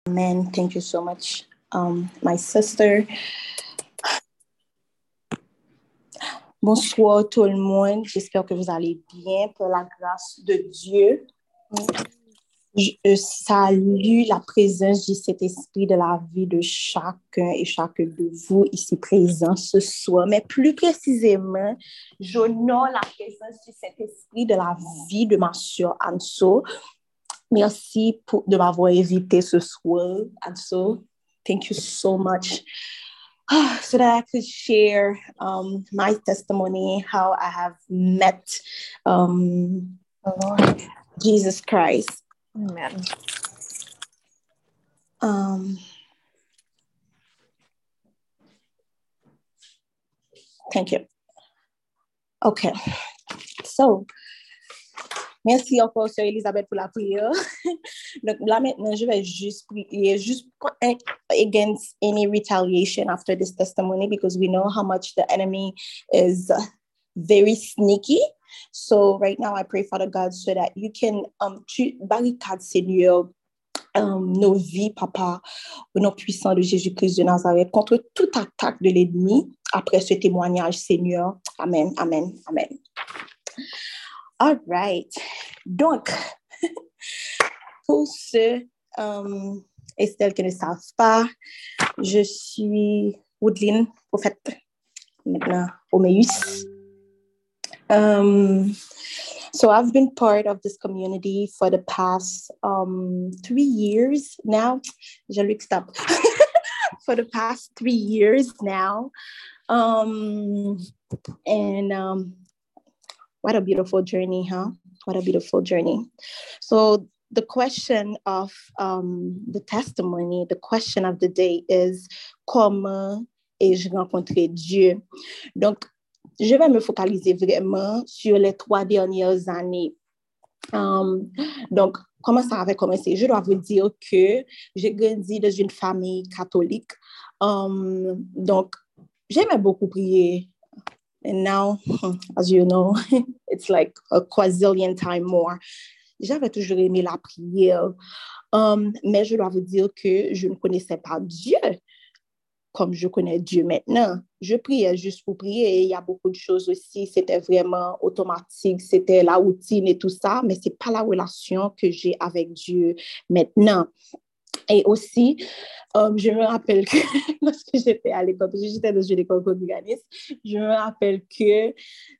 Amen. Thank you so much, my sister. Bonsoir tout le monde. J'espère que vous allez bien pour la grâce de Dieu. Je salue la présence du Saint-Esprit de la vie de chacun et chacun de vous ici présents ce soir. Mais plus précisément, j'honore la présence du Saint-Esprit de la vie de ma sœur Anso. Merci de m'avoir invité ce soir, Anso. Thank you so much. So that I could share my testimony, how I have met Jesus Christ. Amen. Thank you. Okay. So, merci encore, Sœur Elisabeth, pour la prière. Donc là, maintenant, je vais juste prier, juste against any retaliation after this testimony, because we know how much the enemy is very sneaky. So right now, I pray, Father God, so that you can barricade, Seigneur, nos vies, Papa, au nom puissant de Jésus-Christ de Nazareth, contre toute attaque de l'ennemi après ce témoignage, Seigneur. Amen, amen, amen. All right. Donc, pour ceux et celles qui ne savent pas, je suis Woodline, prophète, maintenant Omeus. So I've been part of this community for the past 3 years now. Jean-Luc, stop. For the past 3 years now. What a beautiful journey, huh? What a beautiful journey. So the question of the testimony, the question of the day is comment ai-je rencontré Dieu? Donc, je vais me focaliser vraiment sur les 3 dernières années. Donc, comment ça avait commencé? Je dois vous dire que j'ai grandi dans une famille catholique. Donc, j'aimais beaucoup prier. And now, as you know, it's like a quadrillion time more. J'avais toujours aimé la prière. Mais je dois vous dire que je ne connaissais pas Dieu comme je connais Dieu maintenant. Je priais juste pour prier. Et il y a beaucoup de choses aussi. C'était vraiment automatique. C'était la routine et tout ça. Mais ce n'est pas la relation que j'ai avec Dieu maintenant. Et aussi, je me rappelle que lorsque j'étais à l'école, parce que j'étais dans une école congréganiste, je me rappelle que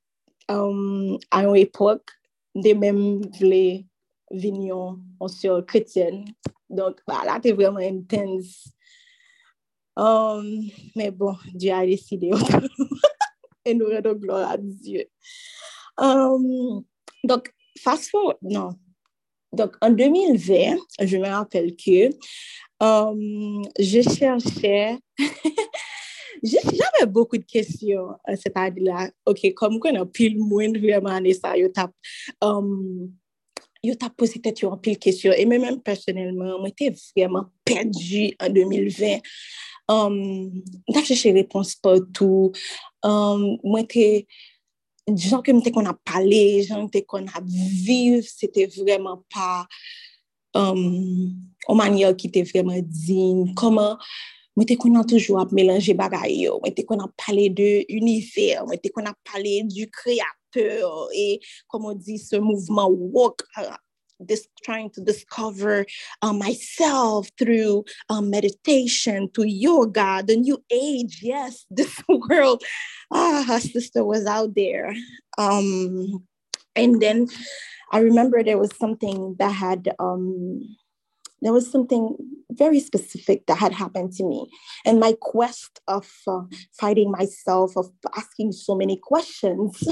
à une époque, des mêmes voulaient venir en sœur chrétienne. Donc, voilà, c'était vraiment intense. Mais bon, Dieu a décidé et nous rendons gloire à Dieu. Donc, fast forward, non. Donc, en 2020, je me rappelle que je cherchais, j'avais beaucoup de questions, c'est-à-dire là, OK, comme qu'on a pile moins vraiment ça, yo t'a posé peut-être un pile de questions. Et même personnellement, moi, j'étais vraiment perdue en 2020. J'ai cherché réponse partout. Moi, j'étais gens que qu'on a parlé, gens qu'on a vécu, c'était vraiment pas une manière qui était vraiment digne. Comment moi qu'on a toujours mélangé bagaille, moi qu'on a parlé de univers, moi qu'on a parlé du créateur et comme on dit ce mouvement woke, trying to discover myself through meditation, to yoga, the new age. Yes, this world, her sister was out there. And then I remember there was something very specific that had happened to me. And my quest of fighting myself, of asking so many questions,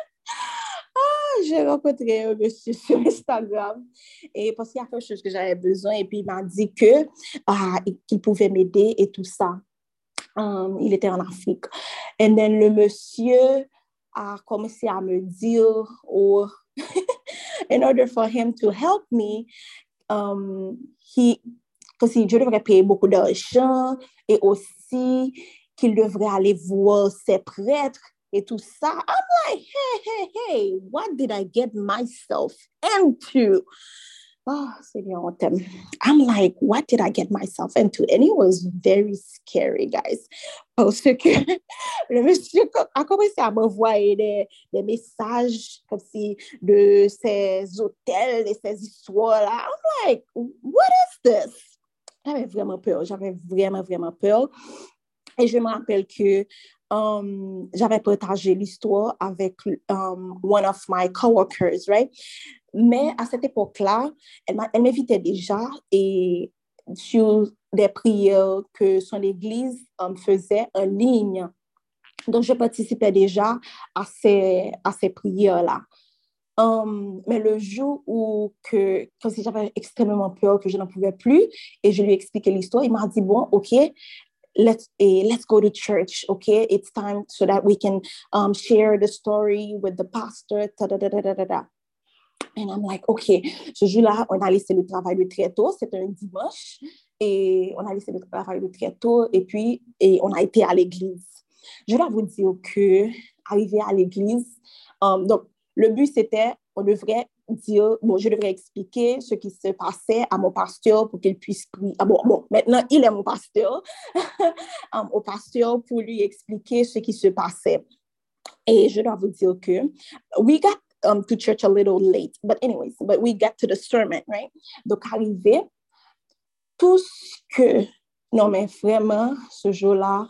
j'ai rencontré un monsieur sur Instagram et parce qu'il y a quelque chose que j'avais besoin et puis il m'a dit qu'il pouvait m'aider et tout ça. Il était en Afrique. Et then le monsieur a commencé à me dire, in order for him to help me, je devrais payer beaucoup d'argent et aussi qu'il devrait aller voir ses prêtres et tout ça. I'm like, hey, what did I get myself into? oh, Seigneur, on t'aime. I'm like, what did I get myself into? And it was very scary, guys. Parce que le monsieur a commencé à m'envoyer des messages comme si de ces hôtels et ces histoires-là. I'm like, what is this? J'avais vraiment peur. J'avais vraiment, vraiment peur. Et je me rappelle que j'avais partagé l'histoire avec one of my coworkers, right? Mais à cette époque-là, elle m'invitait déjà et sur des prières que son église faisait en ligne. Donc, je participais déjà à ces prières-là. Mais le jour où comme si j'avais extrêmement peur, que je n'en pouvais plus, et je lui ai expliqué l'histoire, il m'a dit, bon, OK, let's go to church, okay? It's time so that we can share the story with the pastor. And I'm like, OK. Ce jour-là, on a laissé le travail de très tôt. C'était un dimanche. Et on a laissé le travail de très tôt. Et puis, on a été à l'église. Je dois vous dire que, arrivé à l'église, donc, le but, c'était, on devrait dire, bon, je devrais expliquer ce qui se passait à mon pasteur pour qu'il puisse prier. Ah bon, maintenant, il est mon pasteur. Au pasteur pour lui expliquer ce qui se passait. Et je dois vous dire que we got to church a little late, but anyways, but we got to the sermon, right? Donc, arrivé, tout ce que, non mais vraiment, ce jour-là,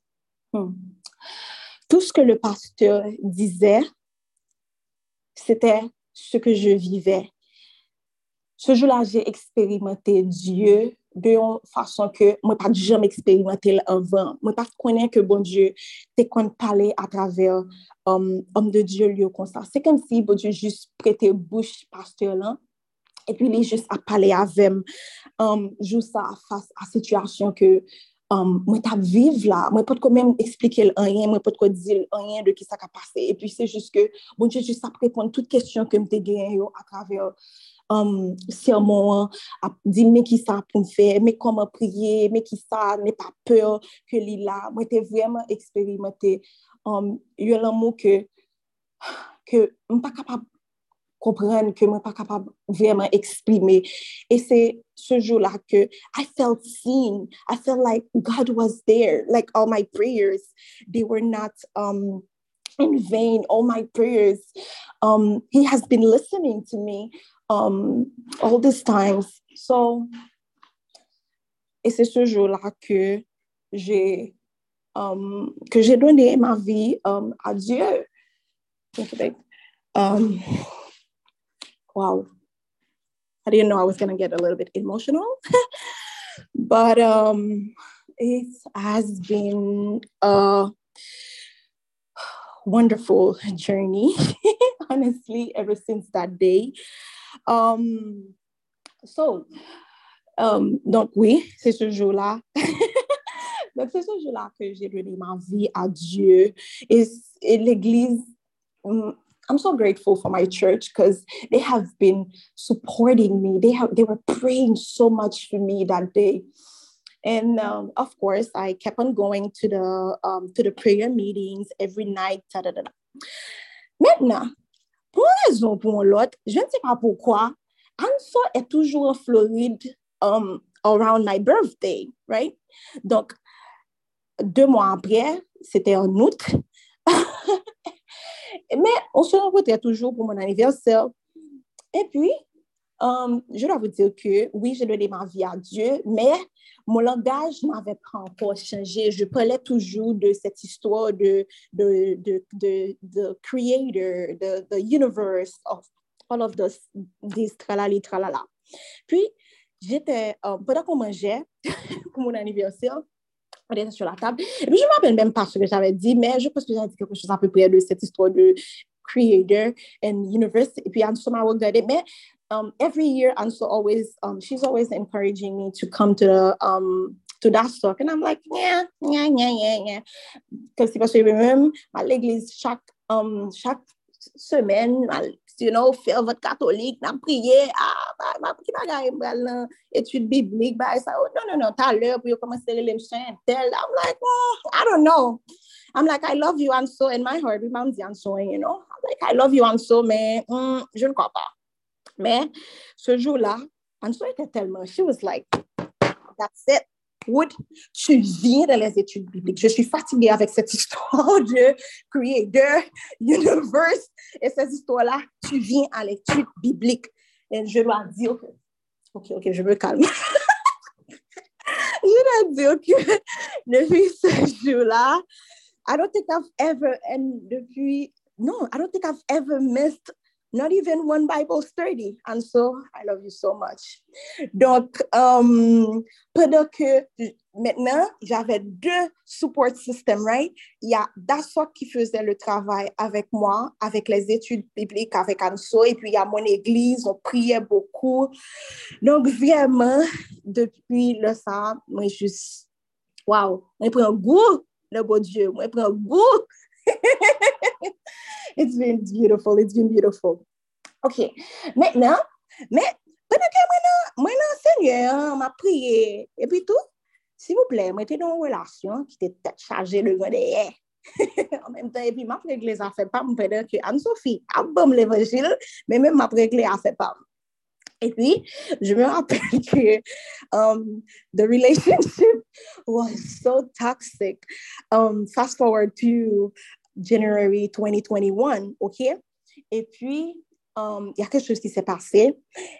tout ce que le pasteur disait, c'était ce que je vivais. Ce jour-là, j'ai expérimenté Dieu d'une façon que moi, pas jamais expérimenté avant. Moi, pas connaître que bon Dieu, t'es qu'on parlait à travers homme de Dieu, lui, comme ça. C'est comme si bon Dieu juste prêtait bouche pasteur là, et puis il est juste à parler avec juste ça face à la situation que moi, t'as vivre là. Moi, pas de même expliquer rien, moi, pas de dire rien de qui ça a passé. Et puis, c'est juste que bon Dieu, juste à répondre toutes questions que je gagné à travers sermon, à dire mais qui ça pour me faire, mais comment prier, mais qui ça, n'est pas peur que l'il là. Moi, t'ai vraiment expérimenté il y a l'amour que je ne pas capable de comprendre, que je ne pas capable vraiment exprimer. Et c'est ce jour-là que I felt seen. I felt like God was there. Like all my prayers, they were not in vain. All my prayers, He has been listening to me all these times. So, et c'est ce jour-là j'ai donné ma vie à Dieu. Wow. I didn't know I was going to get a little bit emotional. But it has been a wonderful journey, honestly, ever since that day. Donc oui, c'est ce jour-là. Donc c'est ce jour-là que j'ai donné ma vie à Dieu. Et l'Église, I'm so grateful for my church because they have been supporting me. They were praying so much for me that day. And of course, I kept on going to the prayer meetings every night. Maintenant, pour une raison ou pour l'autre, je ne sais pas pourquoi, Anso est toujours en Floride around my birthday, right? Donc, 2 mois après, c'était en août. Mais on se rencontrait toujours pour mon anniversaire. Et puis, je dois vous dire que oui, j'ai donné ma vie à Dieu, mais mon langage n'avait pas encore changé. Je parlais toujours de cette histoire de creator, the universe of all of these tralali tralala. Puis, pendant qu'on mangeait pour mon anniversaire, on était sur la table. Et puis, je ne me rappelle même pas ce que j'avais dit, mais je pense que j'avais dit quelque chose à peu près de cette histoire de creator and universe. Et puis, Anso m'a regardé. Mais every year, Anso always, she's always encouraging me to come to that talk. And I'm like, yeah. Parce que même à l'église, chaque semaine, faire votre catholique, n'a prié, étude biblique, ça, non, tout à l'heure, pour commencer l'élection, tel. I'm like, I don't know. I'm like, I love you, Anso, in my heart, I'm like, I love you, Anso, mais je ne crois pas. Mais ce jour-là, Anso était tellement, she was like, that's it. Wood, tu viens dans les études bibliques. Je suis fatiguée avec cette histoire de Creator, Universe, et cette histoire-là, tu viens à l'étude biblique. Et je dois dire que, ok, je me calme. Je dois dire que depuis ce jour-là, I don't think I've ever, I don't think I've ever missed not even one Bible study. And so, I love you so much. Donc, pendant que maintenant, j'avais 2 support systems, right? Il y a Dasok qui faisait le travail avec moi, avec les études bibliques, avec Anso, et puis il y a mon église, on priait beaucoup. Donc, vraiment, depuis le ça, moi, juste, wow, on prend goût, le bon Dieu, on prend goût. It's been beautiful. It's been beautiful. OK. Maintenant, mais pendant que moi, Seigneur, m'a prié, et puis tout, s'il vous plaît, moi, j'étais dans une relation qui était tête chargée de grand derrière. En même temps, et puis, m'a réglé les affaires pas, pendant que Anne-Sophie a bon l'évangile, mais même m'a réglé les affaires pas. Et puis, je me rappelle que the relationship was so toxic. Fast forward to January 2021, OK? Et puis, il y a quelque chose qui s'est passé.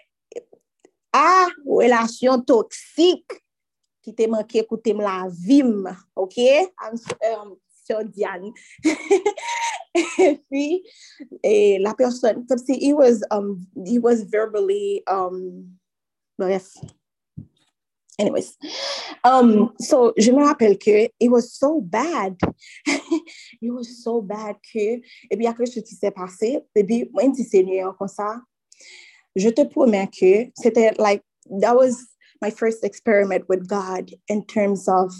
Relation toxique qui t'a manqué écouter la vie, OK? Sur Diane. Et puis, la personne, comme si he was verbally, bref. Anyways, so je me rappelle que it was so bad. It was so bad que, et puis il y a quelque chose qui s'est passé. Et puis, moi, je dis Seigneur, comme ça, je te promets que c'était like, that was my first experiment with God in terms of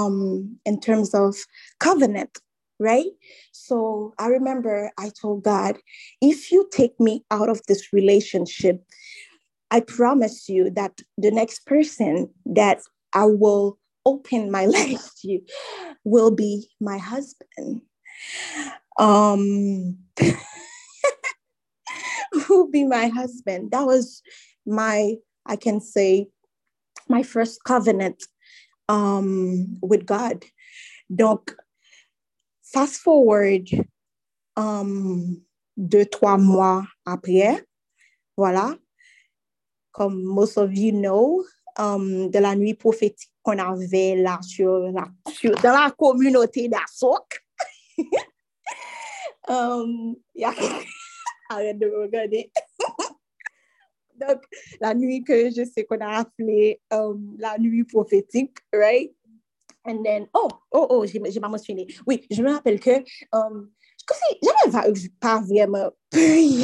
covenant, right? So I remember I told God, if you take me out of this relationship, I promise you that the next person that I will open my life to will be my husband. Will be my husband. That was I can say, my first covenant with God. Donc, fast forward 2-3 mois après, voilà, comme most of you know, de la nuit prophétique qu'on avait là dans la communauté d'Asok. Arrête de me regarder. Donc, la nuit que je sais qu'on a appelée la nuit prophétique, right? And then, j'ai pas mentionné. Oui, je me rappelle que j'avais pas vraiment prié.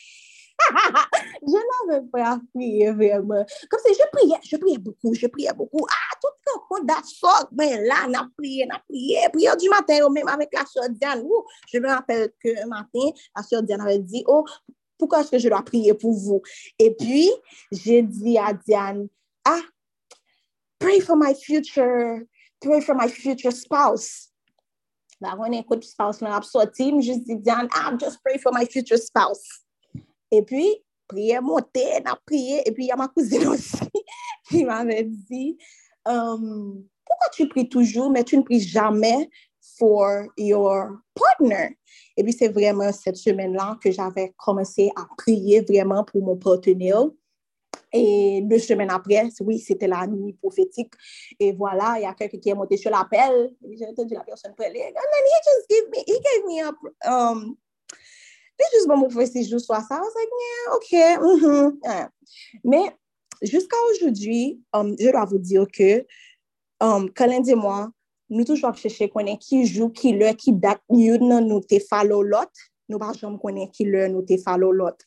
Je n'avais pas prié vraiment. Comme si je priais beaucoup. Tout le monde d'assaut, mais là, on a prié. Prière du matin, même avec la sœur Diane. Je me rappelle qu'un matin, la sœur Diane avait dit, pourquoi est-ce que je dois prier pour vous? Et puis, j'ai dit à Diane, pray for my future spouse. When I écoute spouse, là, sorti, je dis, Diane, just pray for my future spouse. Et puis, prière montée, on a prié. Et puis, il y a ma cousine aussi qui m'avait dit, pourquoi tu pries toujours, mais tu ne pries jamais for your partner? Et puis, c'est vraiment cette semaine-là que j'avais commencé à prier vraiment pour mon partenaire. Et 2 semaines après, oui, c'était la nuit prophétique. Et voilà, il y a quelqu'un qui est monté sur l'appel. J'ai entendu la personne parler. And then he gave me up. It's just mon prophétie juste soit ça. I was like, yeah, OK. Yeah. Mais jusqu'à aujourd'hui, je dois vous dire que quand l'un de moi, nous toujours chercher connaître qui joue, qui l'heure, qui date, nous te follow l'autre. Nous pas jamais connaître qui l'heure, nous te follow l'autre.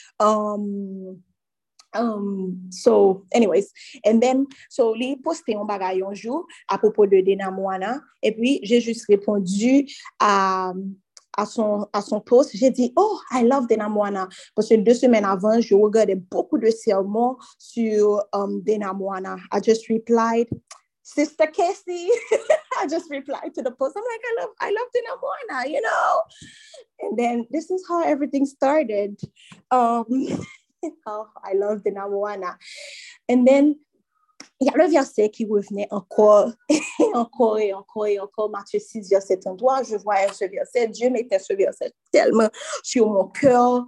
So anyways, and then so lui posté un bagage un jour à propos de Dena Moana et puis j'ai juste répondu à son post. J'ai dit, I love Dena Moana parce que 2 semaines avant je regardais beaucoup de sermons sur Dena Moana. I just replied, Sister Casey. I just replied to the post. I'm like, I love Dena Moana, And then this is how everything started. Oh, I love the Namoana. And then, il y a le verset qui revenait encore, encore et encore et encore, Matthieu 6, verset 33. Je voyais ce verset, Dieu mettait ce verset tellement sur mon cœur.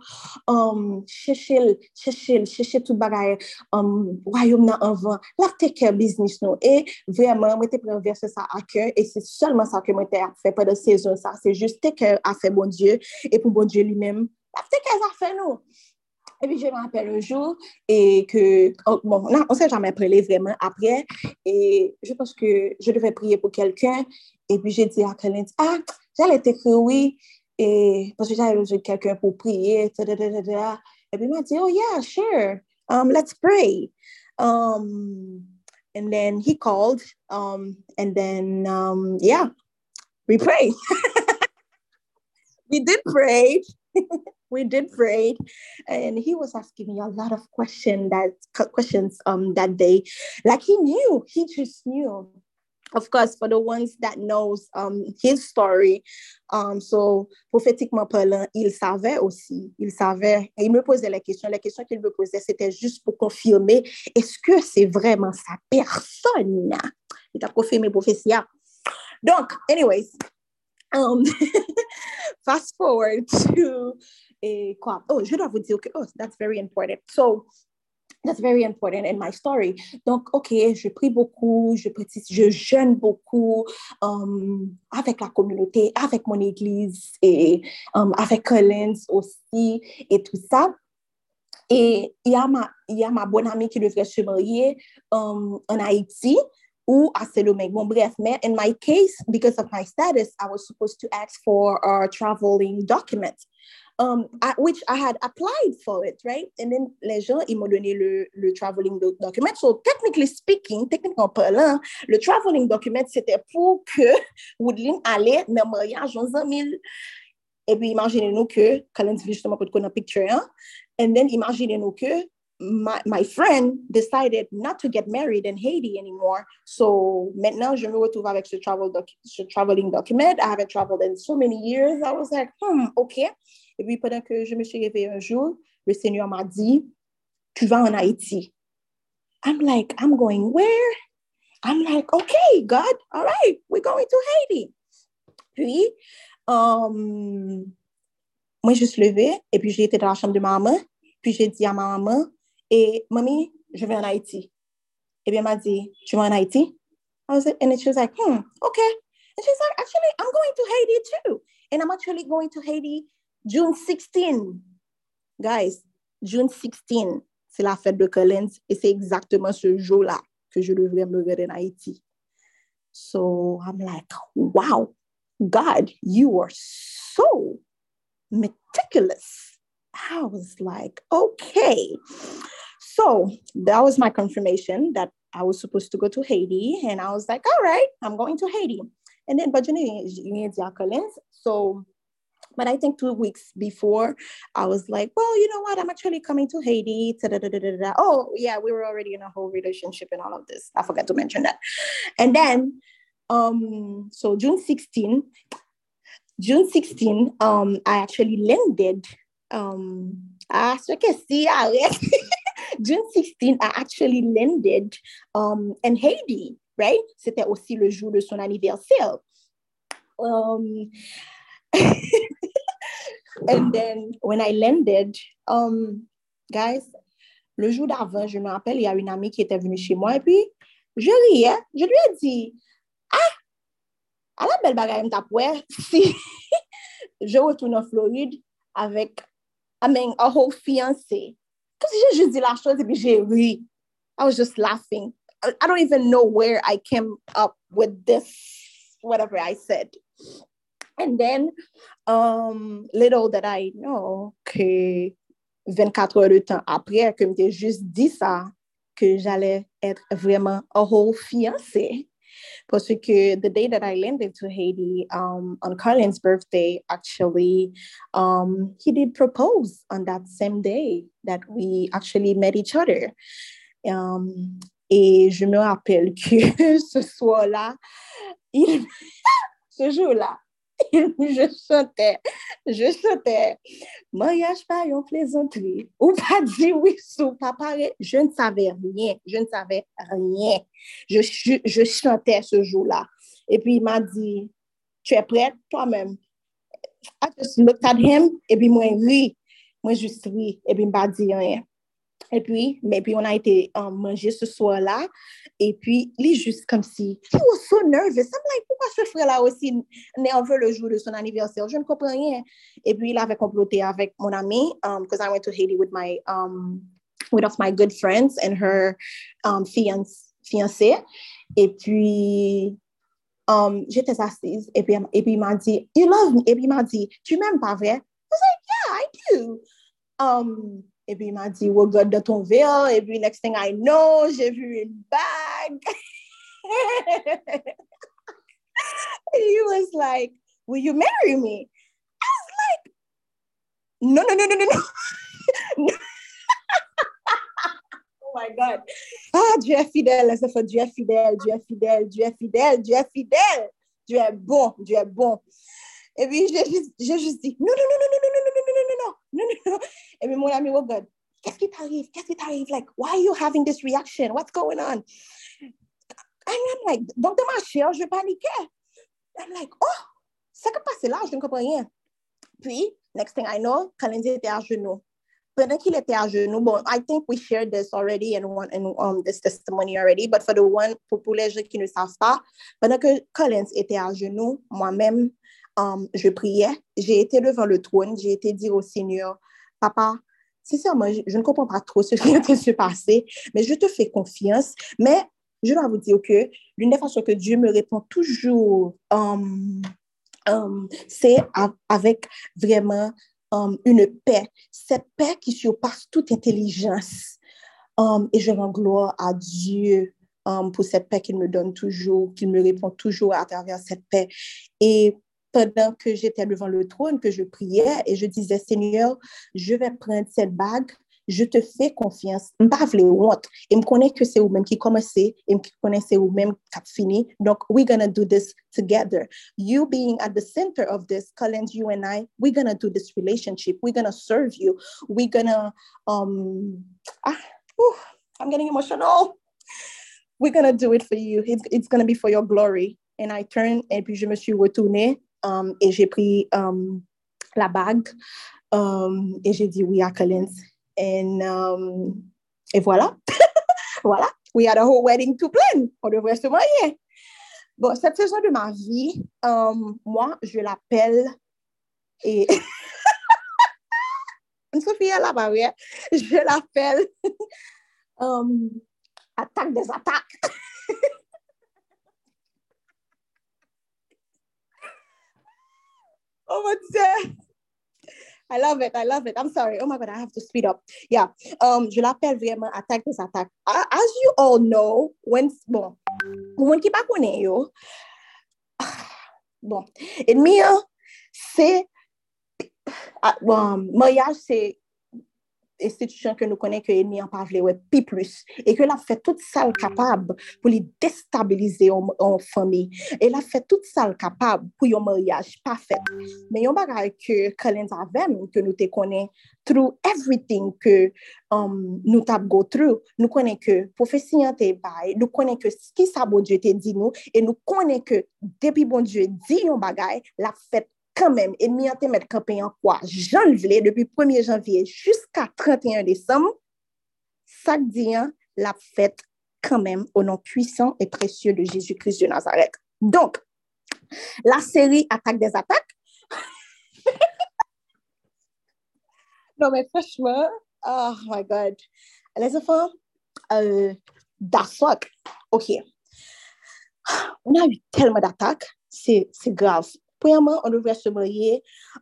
Chercher tout bagaille, royaume nan avant, la take care business nous. Et vraiment, moi, je prends verset ça à cœur, et c'est seulement ça que moi, j'ai fait pendant saison ça. C'est juste take care à faire bon Dieu, et pour bon Dieu lui-même, la take care à faire nous. Et puis, je me rappelle un jour et que, bon, on ne s'est jamais parlé vraiment après. Et je pense que je devais prier pour quelqu'un. Et puis, j'ai dit à Colin, j'allais t'écrire oui. Et parce que j'avais besoin de quelqu'un pour prier. Et puis, il m'a dit, oh yeah, sure. Let's pray. And then he called. And then, yeah, we prayed. We did pray. We did pray, and he was asking me a lot of questions that day. Like he just knew. Of course, for the ones that knows his story, so prophétiquement parlant, il savait aussi, il savait. Et il me posait la question. La question qu'il me posait, c'était juste pour confirmer, est-ce que c'est vraiment sa personne? Il a confirmé prophétie. Donc, anyways, fast forward to je dois vous dire que that's very important. So that's very important in my story. Donc, ok, je prie beaucoup, je jeûne beaucoup avec la communauté, avec mon église et avec Collins aussi et tout ça. Et il y a ma bonne amie qui devrait se marier en Haïti ou à Saint-Domingue. Bon, bref, mais in my case, because of my status, I was supposed to ask for a traveling document, which I had applied for it, right? And then les gens, ils m'ont donné le traveling document. So techniquement parlant, le traveling document, c'était pour que Woodline allait dans le mariage en 2000. Et puis, imaginez-nous que, Colin dit justement pour qu'on a picture, hein? And then imaginez-nous que my friend decided not to get married in Haiti anymore. So maintenant, je me retrouve avec ce traveling document. I haven't traveled in so many years. I was like, okay. Et puis, pendant que je me suis réveillée un jour, le Seigneur m'a dit, tu vas en Haïti. I'm like, I'm going where? I'm like, okay, God, all right, we're going to Haiti. Puis, moi, je suis levée et puis j'ai été dans la chambre de ma maman. Puis j'ai dit à ma maman, et mamie, je vais en Haïti. Et bien, elle m'a dit, tu vas en Haïti? And she was like, okay. And she's like, actually, I'm going to Haiti too. And I'm actually going to Haiti June 16. Guys, June 16, c'est la fête de Collins et c'est exactement ce jour-là que je devrais me rendre en Haïti. So I'm like, wow, God, you are so meticulous. I was like, okay. So that was my confirmation that I was supposed to go to Haiti. And I was like, all right, I'm going to Haiti. And then, but you know, Collins. So, but I think 2 weeks before, I was like, well, you know what? I'm actually coming to Haiti. Oh, yeah, we were already in a whole relationship and all of this. I forgot to mention that. And then, so June 16, I actually landed. June 16, I actually landed in Haiti, right? C'était aussi le jour de son anniversaire. And then when I landed, guys, le jour d'avant, je me rappelle, il y a une amie qui était venue chez moi et puis je riais, je lui ai dit, à la belle bagaille m'tapoué, si je retourne en Floride avec a whole fiancé. Parce que j'ai juste dit la chose et puis j'ai ri. I was just laughing. I don't even know where I came up with this, whatever I said. And then, little that I know, que 24 heures de temps après, que m'était juste dit ça, que j'allais être vraiment a whole fiancé. Parce que the day that I landed to Haiti, on Colin's birthday, actually, he did propose on that same day that we actually met each other. Et je me rappelle que ce soir-là, ce jour-là, je chantais. Mariage pas une plaisanterie. Ou pas dit oui, sous pas pareil. Je ne savais rien. Je ne savais rien. Je chantais ce jour-là. Et puis, il m'a dit, tu es prête toi-même? I just looked at him, et puis moi, oui. Moi, juste oui. Et puis, il m'a dit rien. Et puis, on a été manger ce soir-là. Et puis, il est juste comme si, he was so nervous. I'm like, pourquoi ce frère-là aussi nerveux le jour de son anniversaire? Je ne comprends rien. Et puis, il avait comploté avec mon ami, because I went to Haiti with one of my good friends and her fiancé. Et puis, j'étais assise. Et puis, il m'a dit, you love me. Et puis, il m'a dit, tu m'aimes pas vrai? I was like, yeah, I do. Et puis il m'a dit, regarde dans ton verre. Et puis, next thing I know, j'ai vu une bague. He was like, will you marry me? I was like, no. Oh my God. Ah, Dieu est fidèle. Ça fait Dieu est fidèle, Dieu est fidèle, Dieu est fidèle, Dieu est fidèle. Dieu est bon, Dieu est bon. Et puis, j'ai juste dit, non. Et puis, mon ami, oh God, qu'est-ce qui t'arrive? Like, why are you having this reaction? What's going on? And I'm like, donc, de ma chère, je paniquais. I'm like, oh, ça qui passe là, je ne comprends rien. Puis, next thing I know, Kalenzi était à genoux. Pendant qu'il était à genoux, bon, I think we shared this already in this testimony already, but for the one, pour les gens qui ne savent pas, pendant que Collins était à genoux, moi-même, je priais, j'ai été devant le trône, j'ai été dire au Seigneur, Papa, sincèrement, je ne comprends pas trop ce qui est en train de se passer, mais je te fais confiance. Mais je dois vous dire que l'une des façons que Dieu me répond toujours, c'est avec vraiment une paix. Cette paix qui surpasse toute intelligence. Et je rends gloire à Dieu pour cette paix qu'il me donne toujours, qu'il me répond toujours à travers cette paix. Et pendant que j'étais devant le trône, que je priais et je disais, Seigneur, je vais prendre cette bague, je te fais confiance. Je ne pas honte. Et je connais que c'est vous-même qui commencez et je connais que c'est vous-même qui fini. Donc, we're going to do this together. You being at the center of this, Collins, you and I, we're going to do this relationship. We're going to serve you. We're going to, I'm getting emotional. We're going to do it for you. It's going to be for your glory. And I turned et puis je me suis retournée et j'ai pris la bague et j'ai dit oui à Collins. Et voilà. Voilà. We had a whole wedding to plan. On devrait se marier. Bon, cette saison de ma vie, moi, je l'appelle et Sophie à la barrière, je l'appelle attaque des attaques. Oh mon Dieu. I love it. I'm sorry. Oh my God, I have to speed up. Yeah. Je l'appelle vraiment attaque des attaques. As you all know, bon, qui pas connaît yo, bon, ennemi, c'est, mariage, c'est institution que nous connaissons que l'ennemi en parle, ouais, puis plus. Et que l'a fait toute ça capable pour les déstabiliser en famille. Et l'a fait toute ça capable pour un mariage parfait. Mais il y a un bagage que Collins avait, que nous te connaissons, through everything que nous t'avons go through, nous connaissons que prophétie te bail, nous connaissons que ce qui ça bon Dieu te dit nous, et nous connaissons que depuis bon Dieu dit un bagage, l'a fait quand même, et m'y a te mettre campé en quoi? Janvier, depuis 1er janvier jusqu'à 31 décembre, ça dit, la fête quand même au nom puissant et précieux de Jésus-Christ de Nazareth. Donc, la série Attaque des attaques. Non, mais franchement, oh my God. Les enfants, that's what. OK. On a eu tellement d'attaques, c'est grave. Premièrement, on devrait se marier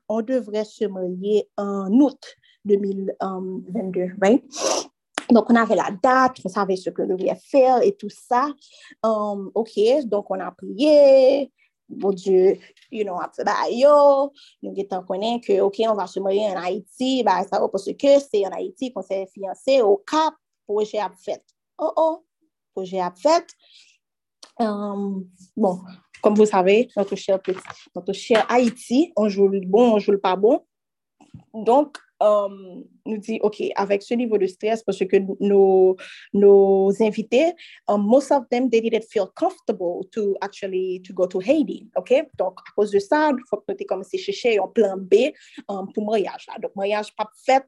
en août 2022, right? Donc, on avait la date, on savait ce que l'on devait faire et tout ça. OK, donc on a prié. Bon Dieu, après, nous connaissons que, OK, on va se marier en Haïti, ça va parce que c'est en Haïti qu'on s'est fiancé au Cap, projet à fait. Projet à fait. Bon, Comme vous savez, notre cher Haïti, on joue le bon, on joue le pas bon. Donc, nous dit, OK, avec ce niveau de stress, parce que nos invités, most of them, they didn't feel comfortable to actually to go to Haiti, OK? Donc, à cause de ça, il faut que nous commencé à chercher un plan B pour mariage. Là. Donc, mariage pas fait,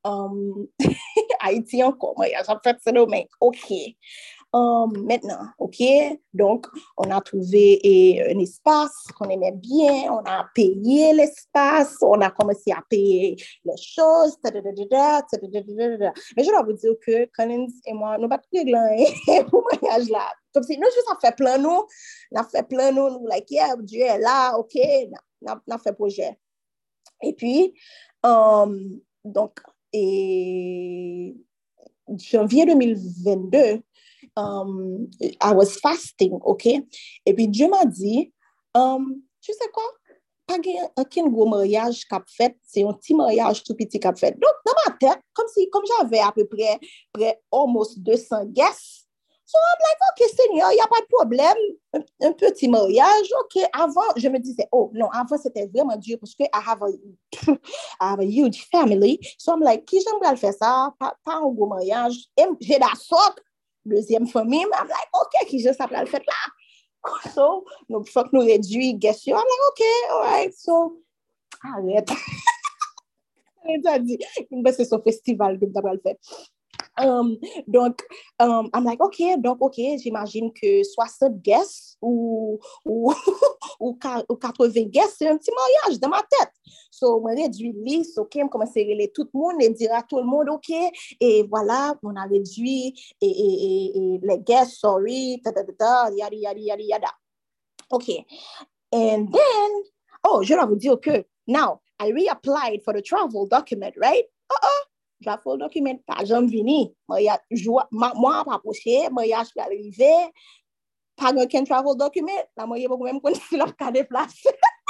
Haïti encore, mariage pas fait, c'est dommage. OK. Maintenant, OK, donc on a trouvé un espace qu'on aimait bien, on a payé l'espace, on a commencé à payer les choses, mais je dois vous dire que Collins et moi, nous pas très loin pour le mariage là. Comme si nous juste fait plein nous, on a fait plein nous, like, yeah, Dieu est là, OK, on a fait projet. Et puis, donc, et janvier 2022, I was fasting, OK? Et puis Dieu m'a dit, tu sais quoi? Pas aucun gros mariage qu'a fait, c'est un petit mariage tout petit qu'a fait. Donc, dans ma tête, comme j'avais à peu près almost 200 guests, so I'm like, OK, Seigneur, il n'y a pas de problème, un petit mariage, OK. Avant, je me disais, oh non, avant, c'était vraiment dur parce que I have a huge family. So I'm like, qui j'aimerais faire ça? Pas un gros mariage. Et j'ai la sorte, deuxième famille, I'm like, OK, qui j'aimerais le faire là? So, il faut que nous réduisons guess you. I'm like, OK, all right. So, arrête. C'est son festival que nous avons fait. Donc, I'm like, OK, j'imagine que 60 guests ou 80 guests, c'est un petit mariage dans ma tête. So, on réduit liste, OK, on commence à relayer tout le monde et dire à tout le monde, OK, et voilà, on a réduit et les guests, sorry, yada. OK. And then, je dois vous dire que, now, I reapplied for the travel document, right? Travel document, pas jamais venu. Moi, pas approché, mariage peut arriver, pas aucun travel document, la moyenne va quand même continuer à déplacer.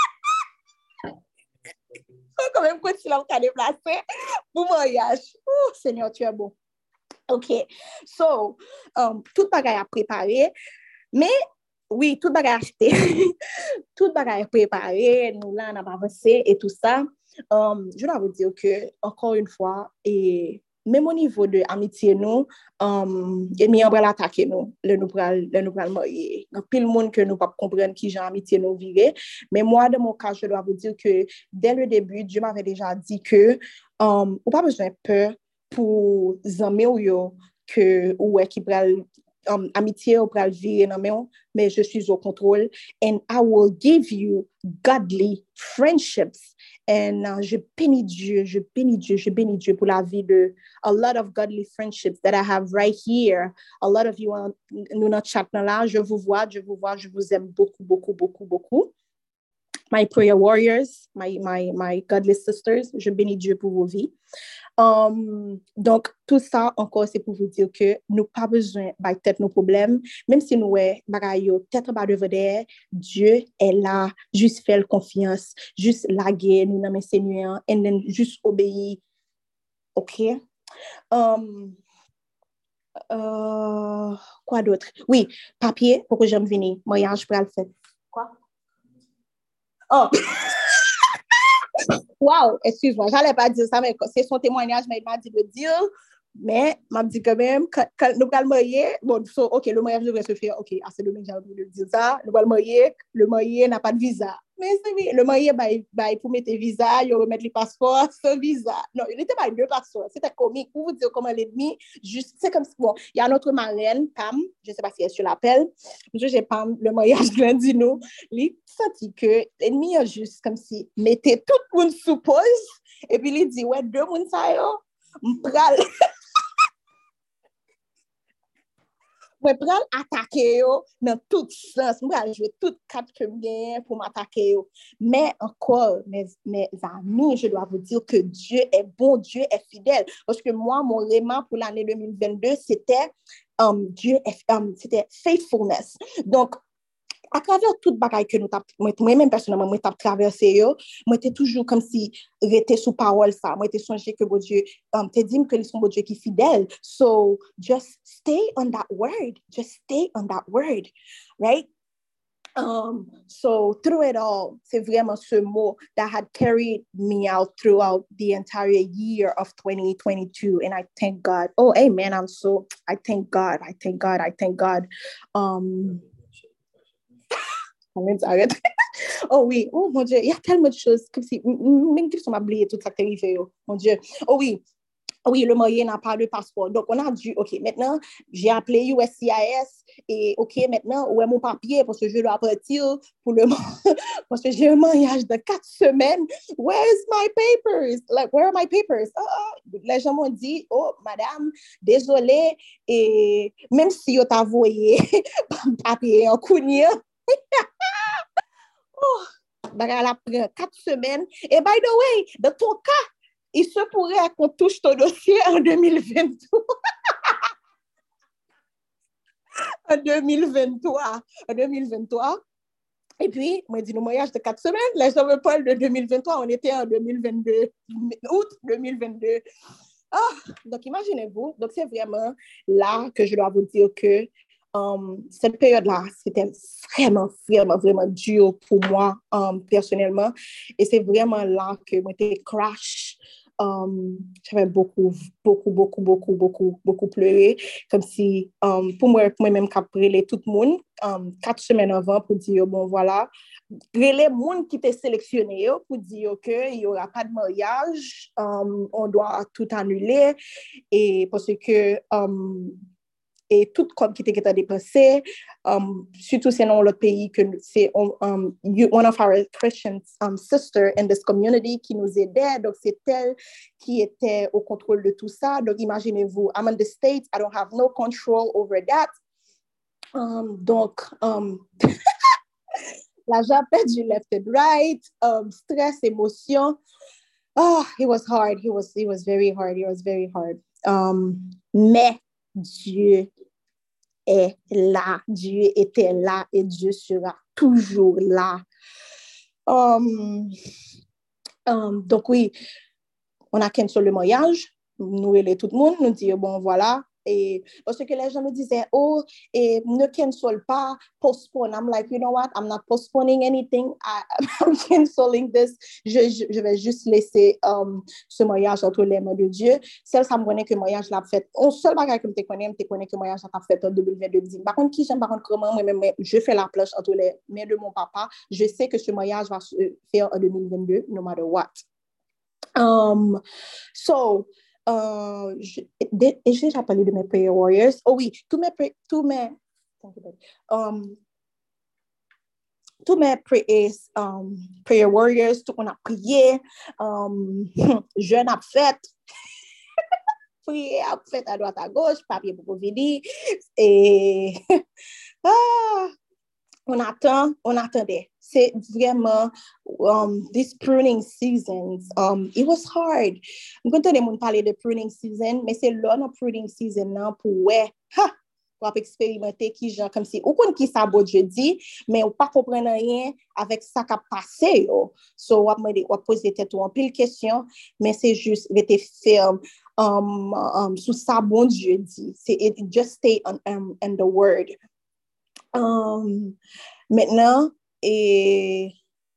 Quand même continuer à déplacer pour mariage. Oh, Seigneur, tu es bon. OK. So, tout bagage à préparer, mais oui, tout bagage acheté. Tout bagage préparé, nous là, on a avancé et tout ça. Je dois vous dire que, encore une fois, et même au niveau de amitié, nous, ennemi en bras attaquer nous, nous pral marier. Donc, pile monde que nous pas comprendre qui j'ai amitié nous vivre. Mais moi, de mon cas, je dois vous dire que, dès le début, Dieu m'avait déjà dit que, on pas besoin de peur pour amis ou yo, que, ouais, qui pral, amitié ou pral virer dans main, mais je suis au contrôle. And I will give you godly friendships. And je bénis Dieu pour la vie de a lot of godly friendships that I have right here. A lot of you, nous dans chat là, je vous vois, je vous aime beaucoup. My prayer warriors, my godly sisters, je bénis Dieu pour vos vies. Donc, tout ça, encore, c'est pour vous dire que nous pas besoin de tête nos problèmes, même si nous avons tête en bas de derrière, Dieu est là, juste faire confiance, juste laguer, nous nommer Seigneur, et then juste obéir. OK? Quoi d'autre? Oui, papier, pour que j'aime venir, mariage pour le faire. Quoi? Oh! Wow, excuse-moi, j'allais pas dire ça, mais c'est son témoignage, mais il m'a dit de dire, mais m'a dit quand même, quand nous allons marier, bon, OK, le mariage devrait se faire, OK, assez de j'ai envie de dire ça, nous allons marier, le marié n'a pas de visa. Mais c'est le marié, pour mettre visa, il remettre les passeports sans visa. Non, il n'était pas deux passeports, c'était comique. Pour vous dire comment l'ennemi, juste, c'est comme si, bon, il y a notre marraine, Pam, je ne sais pas si elle se l'appelle, j'ai Pam, le mariage lundi, nous, il senti que l'ennemi a juste comme si mettait tout le monde sous pause, et puis il dit, ouais, deux monde ça, m'pral. Je vais attaquer dans tout sens. Je vais jouer toutes quatre que bien pour m'attaquer. Mais encore, mes amis, je dois vous dire que Dieu est bon, Dieu est fidèle. Parce que moi, mon léma pour l'année 2022, c'était c'était faithfulness. Donc, à travers toute bagaille que moi-même personnellement, moi, t'ai traversé, moi, t'ai toujours comme si j'étais sous parole ça. Moi, t'ai songé que bon Dieu, t'ai dit que son bon Dieu qui est fidèle. So, just stay on that word. Right? So through it all, c'est vraiment ce mot that had carried me out throughout the entire year of 2022. And I thank God. Oh, amen. I thank God. I thank God. I thank God. Arrête. Oh oui, oh mon Dieu, il y a tellement de choses, comme si, même si on m'a oublié tout ça qui est arrivé, mon Dieu. Oh oui, oui, le moyen n'a pas de passeport. Donc, on a dû, OK, maintenant, j'ai appelé USCIS et OK, maintenant, où est mon papier parce que je dois partir pour le parce que j'ai un mariage de 4 semaines. Where's my papers? Like, where are my papers? Les gens m'ont dit, oh, madame, désolé. Et même si on t'a envoyé papier en courrier, oh, elle a pris 4 semaines. Et by the way, de ton cas, il se pourrait qu'on touche ton dossier en 2023. En 2023. En 2023. Et puis, moi, dit, le mariage de 4 semaines, les gens me parlent de 2023, on était en 2022, août 2022. Donc, imaginez-vous, donc c'est vraiment là que je dois vous dire que cette période-là, c'était vraiment, vraiment, vraiment dur pour moi personnellement. Et c'est vraiment là que moi, j'étais crash. J'avais beaucoup, beaucoup, beaucoup, beaucoup, beaucoup, beaucoup pleuré. Comme si, pour moi-même, qu'après tout le monde, 4 semaines avant, pour dire, bon, voilà, les gens qui étaient sélectionnés pour dire qu'il n'y aura pas de mariage, on doit tout annuler, et parce que et tout comme qui était dépensé, surtout c'est dans l'autre pays que c'est one of our Christian sister in this community qui nous aidait, donc c'est elle qui était au contrôle de tout ça. Donc imaginez-vous, I'm in the States, I don't have no control over that. Donc l'argent perdu left and right, stress, émotion. It was hard. It was very hard. It was very hard. Mais Dieu est là. Dieu était là et Dieu sera toujours là. Donc oui, on a qu'un seul mariage. Nous et tout le monde nous dit bon voilà. Et parce que les gens me disaient, oh, et ne cancel pas, postpone. I'm like, you know what? I'm not postponing anything. I'm canceling this. Je vais juste laisser ce mariage entre les mains de Dieu. Celle, ça me connaît que le mariage l'a fait. On seul bagage que je connais que le mariage l'a fait en 2022. Par contre, qui j'aime, par contre, comment moi-même, je fais la planche entre les mains de mon papa. Je sais que ce mariage va se faire en 2022, no matter what. So, j'ai déjà parlé de mes prayer warriors. Oh oui, tous mes prayer warriors, tout on a prié, jeûne a fait, prié a fait à droite à gauche, papier pour venir, et on attendait. C'est vraiment this pruning seasons. It was hard. Je connais mon parler de pruning season, mais c'est là notre pruning season là pour pour expérimenter qui genre comme si ou qu'on qui ça bon jeudi, mais ou pas comprendre rien avec ça qui a passé. So on poser tête en pile question, mais c'est juste rester ferme sous ça bon Dieu dit. C'est just stay in the word. Maintenant, et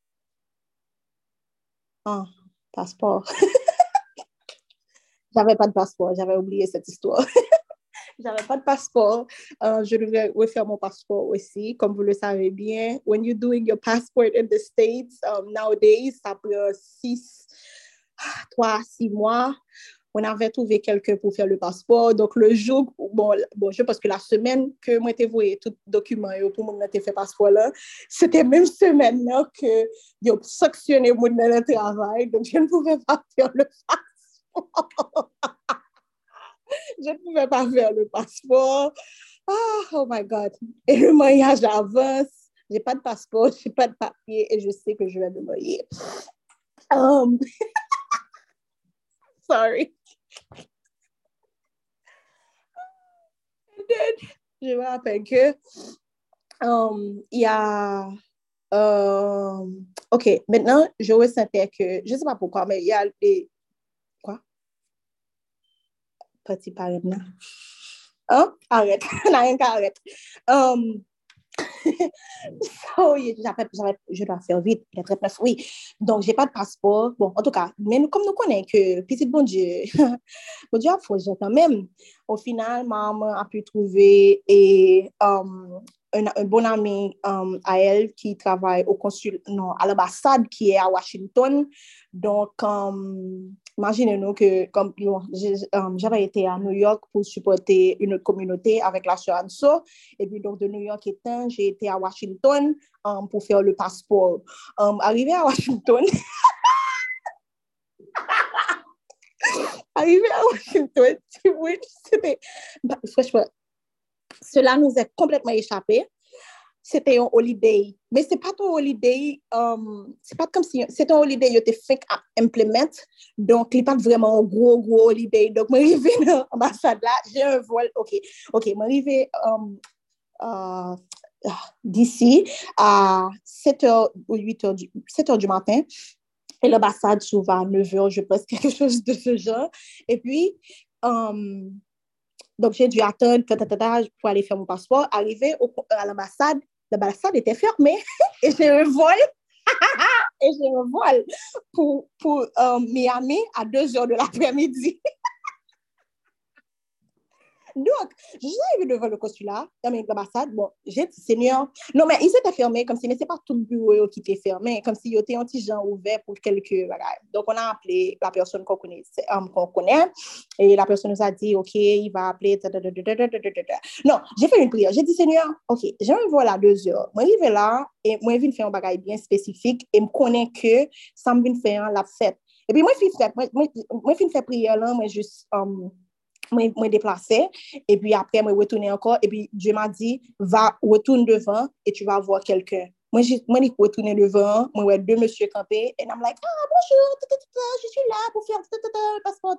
passeport. J'avais pas de passeport, j'avais oublié cette histoire. J'avais pas de passeport. Je devrais refaire mon passeport aussi. Comme vous le savez bien, when you're doing your passport in the States, nowadays, ça prend 3 à 6 mois. On avait trouvé quelqu'un pour faire le passeport. Donc, le jour, je pense que la semaine que moi, j'ai envoyé tout document pour moi, j'ai fait passeport là, c'était même semaine là que j'ai sanctionné mon travail. Donc, je ne pouvais pas faire le passeport. Je ne pouvais pas faire le passeport. Oh my God. Et le mariage avance. Je n'ai pas de passeport, je n'ai pas de papier et je sais que je vais me marier. Sorry. Je me rappelle que il y a OK, maintenant je ressentais que je ne sais pas pourquoi, mais il y a des quoi? Petit parent là. Arrête, n'a rien qu'à arrête. So, je dois faire vite, le 39, oui. Donc, j'ai pas de passeport. Bon, en tout cas, mais comme nous connaissons que, petit bon Dieu, bon Dieu a forgé quand même. Au final, maman a pu trouver un bon ami à elle qui travaille au consul, non, à l'ambassade qui est à Washington. Donc, imaginez-nous que comme j'avais été à New York pour supporter une communauté avec la sœur Anso, et puis donc de New York étant, j'ai été à Washington pour faire le passeport. Arrivé à Washington, oui, c'était, franchement, cela nous est complètement échappé. C'était un holiday. Mais c'est pas ton holiday, c'est pas comme si c'est un holiday, you te fait implement. Donc, il n'est pas vraiment un gros holiday. Donc, je suis arrivé dans l'ambassade là, j'ai un vol, ok, je suis arrivé d'ici à 7h ou 8h 7h du matin. Et l'ambassade s'ouvre à 9h, je pense, quelque chose de ce genre. Et puis, donc, j'ai dû attendre pour aller faire mon passeport. Arrivé à l'ambassade était fermée et j'ai un vol. Et j'ai un vol pour Miami à 2h de l'après-midi. Donc, je suis arrivée devant le consulat, dans l'ambassade. Bon, j'ai dit, Seigneur, non, mais ils étaient fermés comme si, mais c'est pas tout le bureau qui était fermé, comme s'il y avait un petit genre ouvert pour quelques bagages. Donc, on a appelé la personne qu'on connaît, et la personne nous a dit, OK, il va appeler. Non, j'ai fait une prière. J'ai dit, Seigneur, OK, j'ai un vol à 2h. Moi, je vais là, et moi, je viens faire un bagage bien spécifique, et je connais que ça me vient faire la fête. Et puis, moi, je viens faire prière là, moi, juste. Moi déplacé et puis après moi retourner encore et puis Dieu m'a dit va retourne devant et tu vas voir quelqu'un. Moi je retourner devant, moi ouais deux monsieur campés et I'm like ah bonjour je suis là pour faire le passeport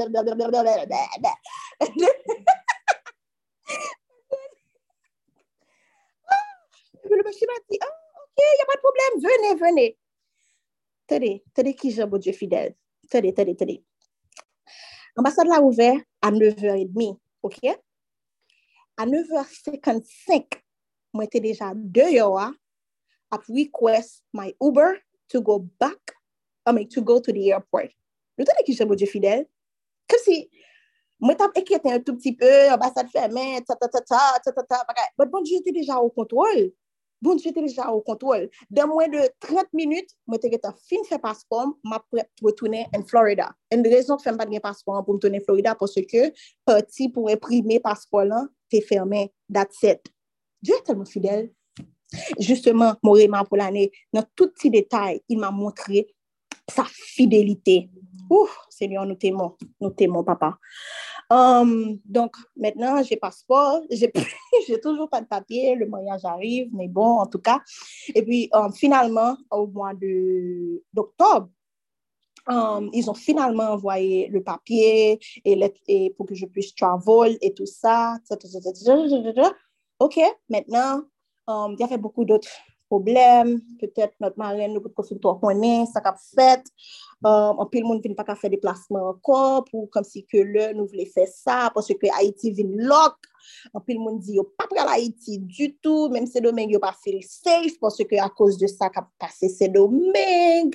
le monsieur m'a dit ah OK, il y a pas de problème, venez. Tenez qui j'ai bon Dieu fidèle. Tenez. L'ambassade l'a ouvert à 9h30, OK? À 9h55, moi j'étais déjà 2h à request my Uber to go back, to go to the airport. Le temps que j'ai mon Dieu fidèle, comme si moi t'ai inquiété un tout petit peu, ambassade fermée, mais bon Dieu était déjà au contrôle. Bon Dieu était déjà au contrôle. Dans moins de 30 minutes, moi j'étais fin fait passeport, m'a retourner en Florida. Une raison que je ne fais pas de passeport pour me tourner en Florida parce que parti pour imprimer passeport là, t'es fermé. That's it. Dieu est tellement fidèle. Justement, mon remarque pour l'année, dans tout petit détail, il m'a montré sa fidélité. Ouf, Seigneur, nous t'aimons, papa. Donc, maintenant, j'ai passeport, j'ai toujours pas de papier, le mariage arrive, mais bon, en tout cas. Et puis, finalement, au mois d'octobre, ils ont finalement envoyé le papier et pour que je puisse travel et tout ça. OK, maintenant, il y avait beaucoup d'autres problèmes. Peut-être notre marraine, nous pouvons connaître ça qu'a fait. En plus, le monde ne vient pas faire des placements encore pour comme si que le nous voulons faire ça parce que Haïti vient lock. En plus, le monde dit pas pour l'Haïti du tout, même ces domaines n'ont pas fait safe parce que à cause de ça qu'a passé ces domaines.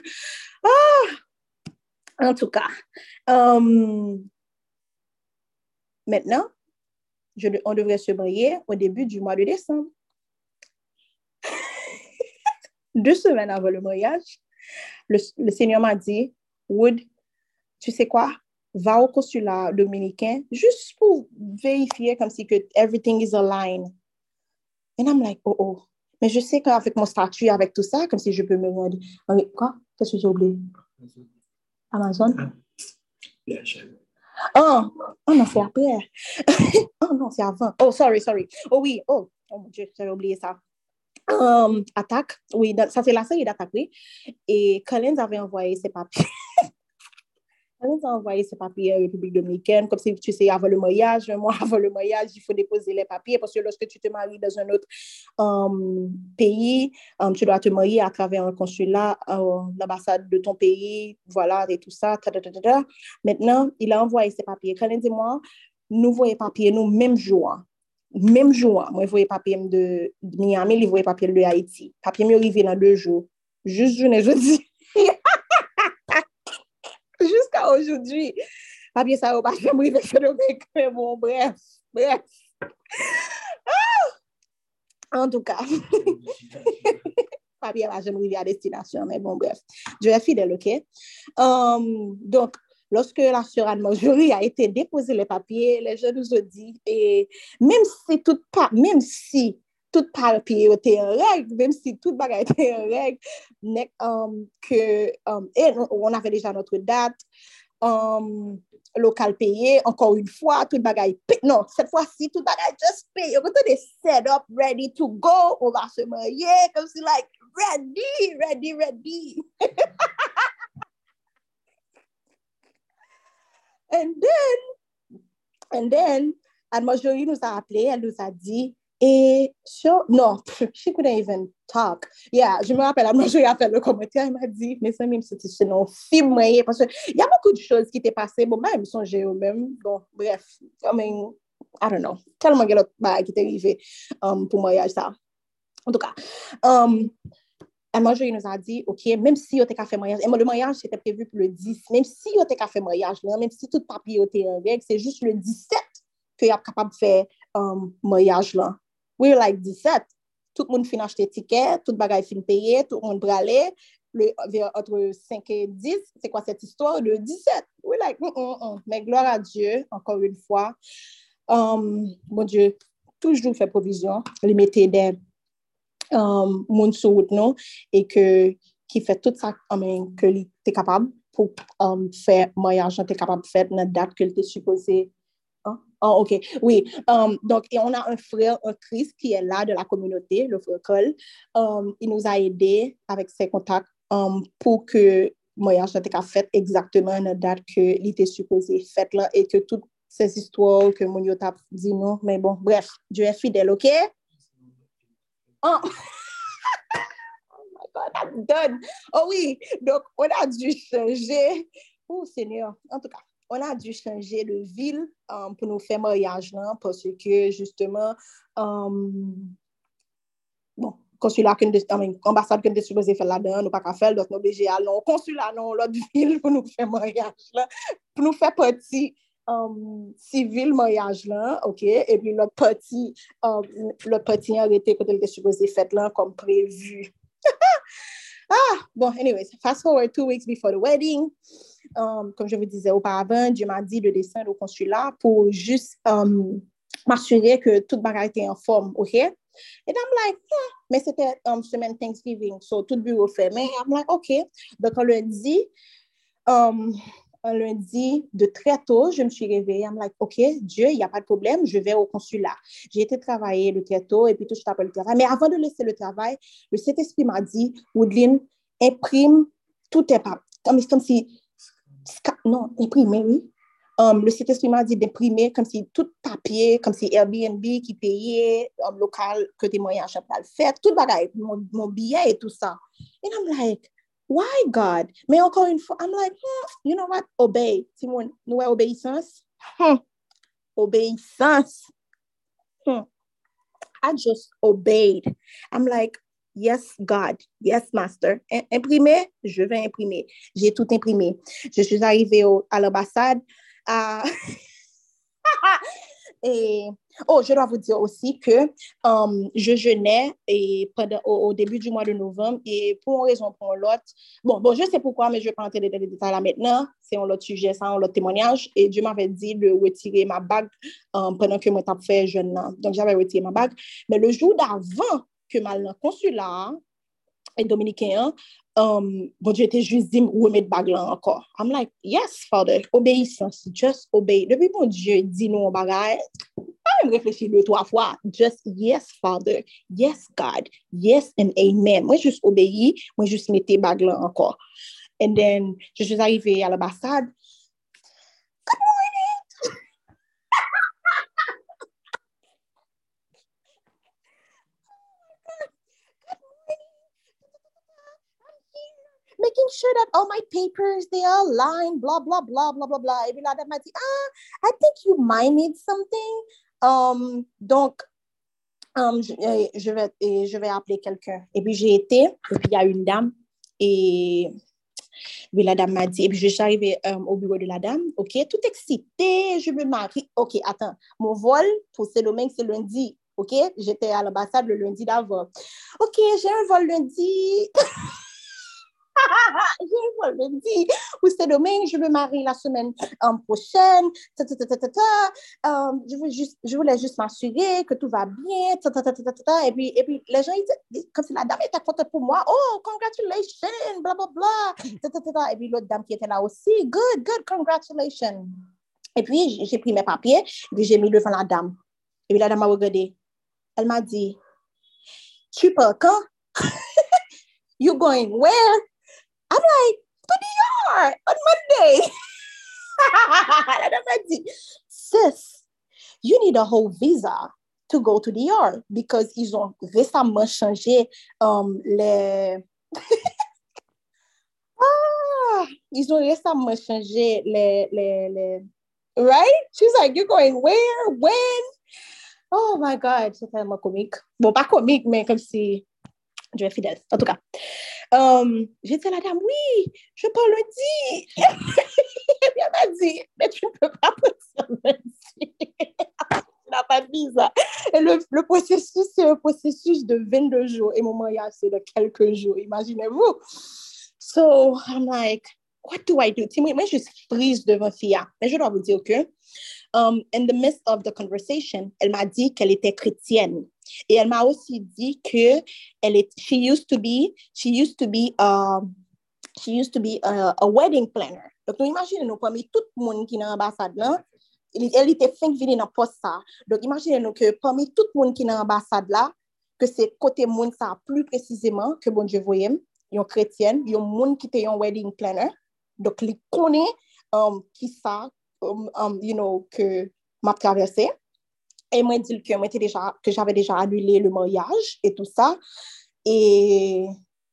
En tout cas, maintenant, on devrait se marier au début du mois de décembre. 2 semaines avant le mariage, le Seigneur m'a dit, Wood, tu sais quoi, va au consulat dominicain juste pour vérifier comme si que everything is aligned. And I'm like, oh. Mais je sais qu'avec mon statut, avec tout ça, comme si je peux me rendre. Quoi? Qu'est-ce que j'ai oublié? Amazon? Oh non, c'est après. Oh non, c'est avant. Oh, sorry. Oh oui, oh mon Dieu, j'avais oublié ça. Attaque, oui, ça c'est la série d'Attaque, oui. Et Collins avait envoyé ses papiers. Collins a envoyé ses papiers à la République dominicaine, comme si tu sais, avant le mariage, un mois avant le mariage, il faut déposer les papiers parce que lorsque tu te maries dans un autre pays, tu dois te marier à travers un consulat, l'ambassade de ton pays, voilà, et tout ça. Maintenant, il a envoyé ses papiers. Collins et moi, nous voyons les papiers, nous, même jour. même jour, moi, je voyais papier de Miami, je voyais papier de Haïti. Papier m'est arrivé dans 2 jours. Juste journée, jeudi. Jusqu'à aujourd'hui. Papier, ça va pas faire me mais bon, bref. En tout cas. Papier va jamais arriver à destination, mais bon, bref. Je vais fidèle, OK? Donc, lorsque la sœur Anne-Marjorie a été déposé les papiers, les gens nous ont dit, et même si tout papier était en règle, même si tout bagage était en règle, et on avait déjà notre date, local payé, encore une fois, tout bagage payé. Non, cette fois-ci, tout bagage just payé. On est set up, ready to go. On va se marier, comme si, like, ready. And then, Anne-Marjorie nous a appelé, elle nous a dit, non, she couldn't even talk. Yeah, je me rappelle, Anne-Marjorie a fait le commentaire, elle m'a dit, mais ça, même c'était un film, parce qu'il y a beaucoup de choses qui étaient passées, bon, même songer au même, bon, bref, I mean, I don't know, tellement il y a d'autres qui étaient arrivés pour mariage, ça. En tout cas, Anne-Marjorie nous a dit, OK, même si on a fait mariage, et le mariage, c'était prévu pour le 10, même si on a fait mariage, même si tout papier était en règle, c'est juste le 17 qu'il y a capable de faire mariage là. We're like 17. Tout le monde finit acheter ticket, tout le bagage finit payé, tout le monde bralé, entre 5 et 10, c'est quoi cette histoire de 17? We're like, mais gloire à Dieu, encore une fois. Mon Dieu, toujours fait provision, les mettait des moun sou route non et qui fait tout ça que il était capable pour faire mariage, était capable de faire la date qu'il était supposé. Oh, OK. Oui. Donc, et on a un frère, un Christ, qui est là de la communauté, le frère Cole. Il nous a aidés avec ses contacts pour que le mariage était fait exactement la date qu'il était supposé faire là et que toutes ces histoires que mon yo t'a dit non. Mais bon, bref, Dieu est fidèle, OK? Oh. Done. Oh oui, donc on a dû changer. Oh Seigneur, en tout cas, on a dû changer de ville pour nous faire mariage là, parce que justement, bon, consulat ambassade que nous supposé faire là-dedans, nous pas qu'à faire, donc nous obligés à aller au consulat dans l'autre ville pour nous faire mariage là, pour nous faire partie civil mariage là, OK, et puis l'autre partie arrêté quand elle était supposé faire là comme prévu. Bon, anyways, fast forward 2 weeks before the wedding. Comme je vous disais auparavant, Dieu m'a dit de descendre au consulat pour juste m'assurer que toute bagarre était en forme, OK? And I'm like, mais c'était semaine Thanksgiving, so tout bureau fermé. I'm like, OK. Donc, un lundi de très tôt, je me suis réveillée. I'm like, OK, Dieu, il n'y a pas de problème, je vais au consulat. J'ai été travailler de très tôt et puis tout, je t'appelle le travail. Mais avant de laisser le travail, le Saint-Esprit m'a dit, Woodline, imprime tout est pas. Comme si, non, imprimer, oui. Le Saint-Esprit m'a dit d'imprimer comme si tout papier, comme si Airbnb qui payait, local, que tes moyens à pas le faire, tout bagaille, mon billet et tout ça. And I'm like, why God? Mais encore une fois, I'm like, you know what? Obey. Simon, nous obéissance. Obéissance. I just obeyed. I'm like, yes, God. Yes, Master. Imprimer, je vais imprimer. J'ai tout imprimé. Je suis arrivée à l'ambassade. Et je dois vous dire aussi que je jeûnais et au début du mois de novembre et pour une raison pour l'autre. Bon, je sais pourquoi, mais je ne vais pas entrer dans les détails là maintenant. C'est un autre sujet, ça, un autre témoignage. Et Dieu m'avait dit de retirer ma bague pendant que moi t'ai fait jeûne. Donc j'avais retiré ma bague. Mais le jour d'avant que mal dans le consulat et dominicain, bon Dieu était juste dit remettre bague là encore. I'm like, yes, Father, obéissance, just obey. Depuis mon Dieu dit nous en bagaille, pas même réfléchir 2-3 fois, just yes, Father, yes, God, yes and amen. Moi juste obéi, moi juste mettre bague là encore. And then je suis arrivée à l'ambassade. Good morning. Making sure that all my papers, they are aligned, blah, blah, blah, blah, blah, blah. Et puis la dame m'a dit, I think you might need something. Donc, je vais appeler quelqu'un. Et puis, j'ai été, et puis il y a une dame, et puis la dame m'a dit, et puis je suis arrivée au bureau de la dame, ok, tout excitée, je me marie. Ok, attends, mon vol pour Saint-Domingue, c'est lundi, ok, j'étais à l'ambassade le lundi d'avant. Ok, j'ai un vol lundi. Je me dis, ou c'est demain, je me marie la semaine prochaine. Je voulais juste m'assurer que tout va bien. Et puis, les gens, comme si la dame était contente pour moi. Oh, congratulations, bla, bla, bla. Et puis, l'autre dame qui était là aussi, good, congratulations. Et puis, j'ai pris mes papiers, et puis j'ai mis devant la dame. Et puis, la dame m'a regardé. Elle m'a dit, tu pars quand? You going where? I'm like, to New York on Monday. La dame m'a dit, sis, you need a whole visa to go to the DR because ils ont récemment changé les... ils ont récemment changé les... Right? She's like, you're going where? When? Oh my God, c'est tellement comique. Bon, pas comique, mais comme si... Dieu est fidèle. En tout cas, j'ai dit à la dame, oui, je pars lundi. Et puis elle m'a dit, mais tu ne peux pas prendre lundi. Tu n'as pas de visa. Et le processus, c'est un processus de 22 jours. Et mon mariage, c'est de quelques jours. Imaginez-vous. So, I'm like, what do I do? Moi, je suis prise devant Fia. Mais je dois vous dire que, in the midst of the conversation, elle m'a dit qu'elle était chrétienne. Et elle m'a aussi dit que she used to be a wedding planner. Donc, nous imaginons, parmi tout le monde qui est dans l'ambassade, là, elle était fin de venir dans le poste ça. Donc, imaginez-nous que parmi tout le monde qui est dans l'ambassade là, que c'est côté monde ça plus précisément que bon Dieu voyait, ils sont chrétiennes, ils ont monde qui était un wedding planner. Donc, ils connaissent qui ça, que m'a traversé. Et moi, dit que j'avais déjà annulé le mariage et tout ça. Et,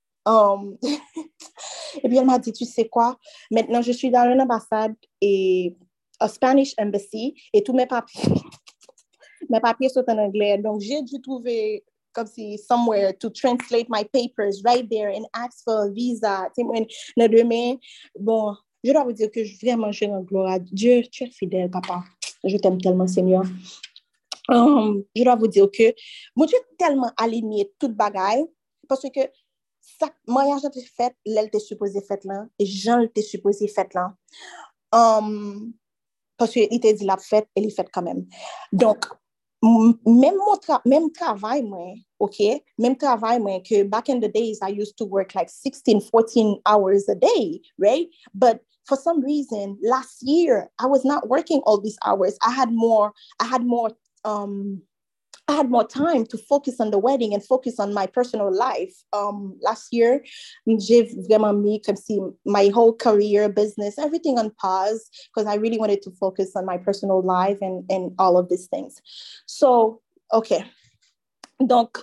et puis, elle m'a dit, tu sais quoi, maintenant, je suis dans une ambassade et a Spanish embassy et tous mes papiers sont en anglais. Donc, j'ai dû trouver comme si somewhere to translate my papers right there and ask for a visa. Le demain, bon, je dois vous dire que vraiment, je rends gloire à Dieu. Tu es fidèle, papa. Je t'aime tellement, Seigneur. Je dois vous dire que mon Dieu est tellement aligné toute bagaille parce que ça mariage était fait, l'elle était supposée fait là et Jean était supposé fait là. Parce qu'il était dit la fête et il fait quand même. Donc même travail moi, OK? Même travail moi que back in the days I used to work like 16 14 hours a day, right? But for some reason last year I was not working all these hours. I had more time to focus on the wedding and focus on my personal life. Last year, j'ai vraiment mis comme si my whole career, business, everything on pause because I really wanted to focus on my personal life and all of these things. So, okay. Donc,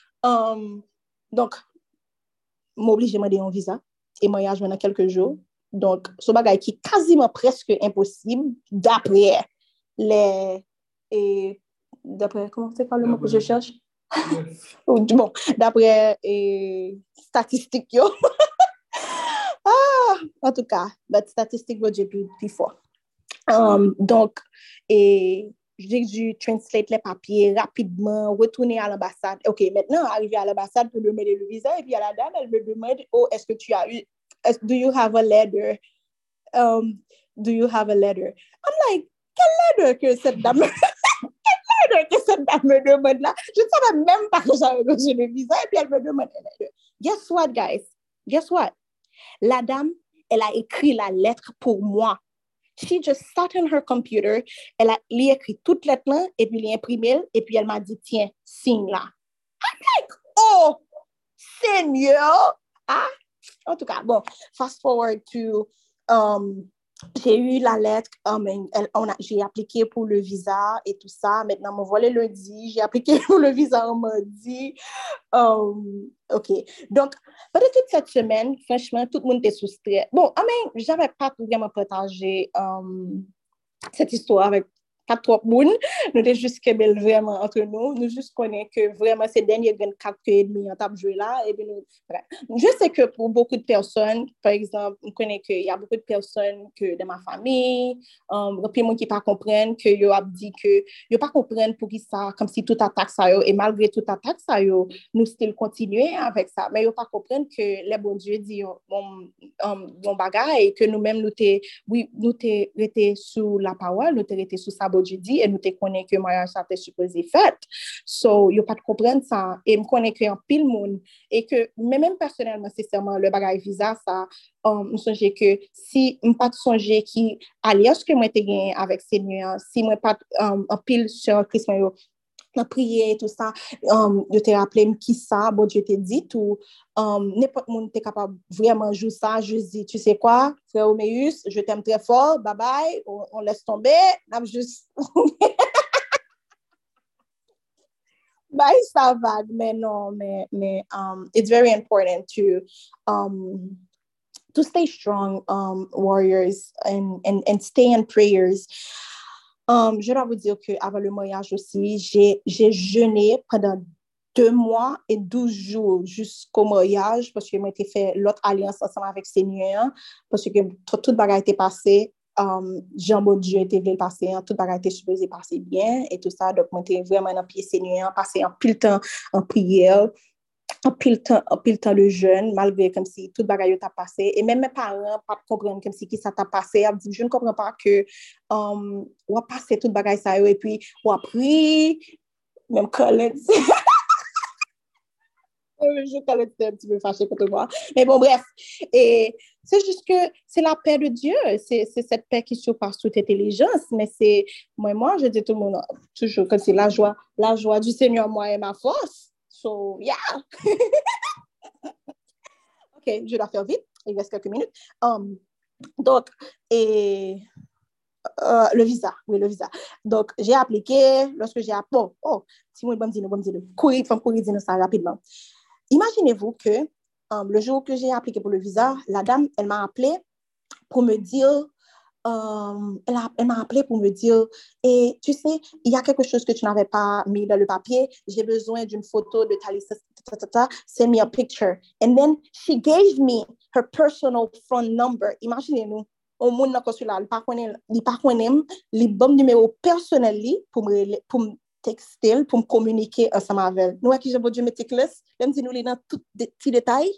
m'oblige à demander un visa et mariage dans quelques jours. Donc, ce bagage qui est quasiment presque impossible d'après comment c'est quoi le mot que je cherche? Bon, d'après statistiques. En tout cas, la statistique va dire plus fort. Donc, j'ai dû translate les papiers rapidement, retourner à l'ambassade. OK, maintenant, arriver à l'ambassade pour demander le visa, et puis à la dame, elle me demande, oh, est-ce que tu as eu, do you have a letter? Do you have a letter? I'm like, quelle lettre que cette dame me demande là? Je ne savais même pas que j'avais reçu le visa, et puis elle me demande, guess what, guys? Guess what? La dame, elle a écrit la lettre pour moi. She just sat on her computer, elle a écrit toute lettre là, et puis elle a imprimé, et puis elle m'a dit, tiens, signe là. I'm like, oh, Seigneur! Ah, en tout cas, bon, fast forward to, j'ai eu la lettre, j'ai appliqué pour le visa et tout ça. Maintenant, mon vol est lundi, j'ai appliqué pour le visa on mardi. OK. Donc, pendant toute cette semaine, franchement, tout le monde était sous stress. Bon, j'avais pas vraiment partagé cette histoire avec pas trop moun, nous t'es juste belle vraiment entre nous, nous juste connaissons que vraiment ces derniers 24 et demi en table joué là, et puis nous, voilà. Je sais que pour beaucoup de personnes, par exemple, on connaît qu'il y a beaucoup de personnes que dans ma famille, puis moi qui pas comprennent que yo a dit que yo pas comprennent pour qui ça, comme si tout attaque ça yo, et malgré tout attaque ça yo, nous still continuer avec ça, mais yo pas comprennent que les bon Dieu dit bon bagage et que nous-mêmes nous t'es resté sous la parole, nous t'es resté sous sa bon Dieu dit et nous t'es connaît que mariage ça t'est supposé fait. So yo pas de comprendre ça et me connaît que en pile monde et que même personnellement sincèrement le bagage visa ça me songe que si me pas songer qui alliance que moi t'ai gagné avec Seigneur, si moi pas en pile sur Christ moi dans prier tout ça je te rappelé qui ça bon Dieu te dit tout n'importe monde t'es capable vraiment jouer ça juste dit tu sais quoi frère Oméus je t'aime très fort bye bye on laisse tomber n'a juste bye ça va mais non mais it's very important to stay strong warriors and stay in prayers. Je dois vous dire qu'avant le mariage aussi, j'ai jeûné pendant 2 mois et 12 jours jusqu'au mariage parce que moi, j'ai fait l'autre alliance ensemble avec Seigneur parce que tout bagage était passé. Jean bon Dieu était venu passer, tout bagage était supposé passer bien et tout ça. Donc, moi, j'étais vraiment dans le pied Seigneur, passé un pile temps en prière. En pile temps le jeûne, malgré comme si tout bagaille t'a passé. Et même mes parents pas comprendre comme si qui ça t'a passé. Ils disent, je ne comprends pas que on a passé tout bagaille ça et puis on a pris, même Colette. Je Colette un petit peu fâchée contre moi. Mais bon, bref. Et c'est juste que c'est la paix de Dieu. C'est cette paix qui surpasse toute intelligence. Mais c'est, moi, je dis tout le monde, toujours, que c'est la joie du Seigneur, moi, est ma force. So, yeah. OK, je dois faire vite. Il reste quelques minutes. Donc, le visa. Oui, le visa. Donc, j'ai appliqué. Lorsque j'ai appliqué, si moi, bon, dis-le. Courir, dis-le ça rapidement. Imaginez-vous que le jour que j'ai appliqué pour le visa, la dame, elle m'a appelé pour me dire, elle m'a appelé pour me dire, et tu sais, il y a quelque chose que tu n'avais pas mis dans le papier, j'ai besoin d'une photo de ta liste, send me a picture. And then she gave me her personal phone number. Imaginez-nous, au monde dans consulat, il pas connaît, les bons numéros personnels pour me texter, pour me communiquer ensemble avec. Nous, qui j'ai besoin de mettre classe, même si nous les dans tous les petits détails.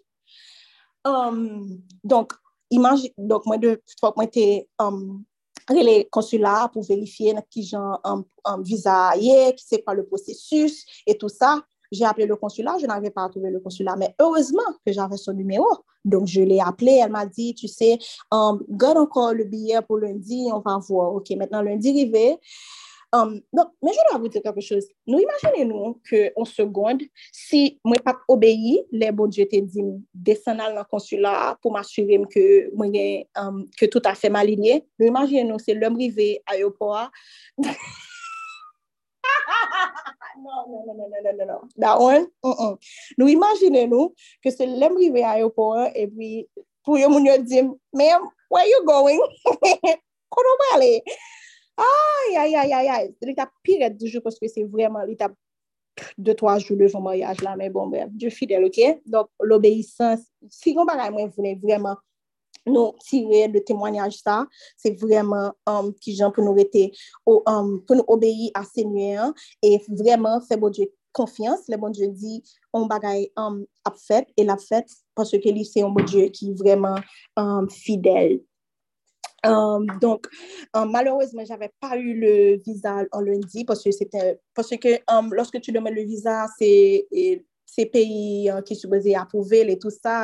Donc, moi, j'étais les consulats pour vérifier qui genre visa qui c'est quoi le processus et tout ça. J'ai appelé le consulat, je n'avais pas trouvé le consulat, mais heureusement que j'avais son numéro. Donc, je l'ai appelé, elle m'a dit, tu sais, garde encore le billet pour lundi, on va voir. OK, maintenant, lundi arrivé. Donc, mais je dois vous dire quelque chose. Nous imaginons qu'en seconde, si moi pas obéi, les bon Dieu te dit descendre dans le consulat pour m'assurer que tout a fait m'aligner. Nous imaginons c'est l'homme arrivé à l'aéroport. Non. That one, Nous imaginons que c'est l'homme arrivé à l'aéroport et puis pour eux, mon dit, ma'am, where you going? Comment aller? Aïe. L'étape pire du jour parce que c'est vraiment l'étape 2-3 jours de son mariage là. Mais bon, bref, Dieu fidèle, OK? Donc, l'obéissance, si on va vraiment nous tirer de témoignage ça, c'est vraiment qui gens pour nous rester, pour nous obéir à Seigneur et vraiment faire bon Dieu confiance. Le bon Dieu dit, on bagaille a fait et l'a fait parce que lui, c'est un bon Dieu qui est vraiment fidèle. Donc, malheureusement, j'avais pas eu le visa en lundi parce que lorsque tu demandes le visa, c'est pays qui sont supposés approuver et tout ça.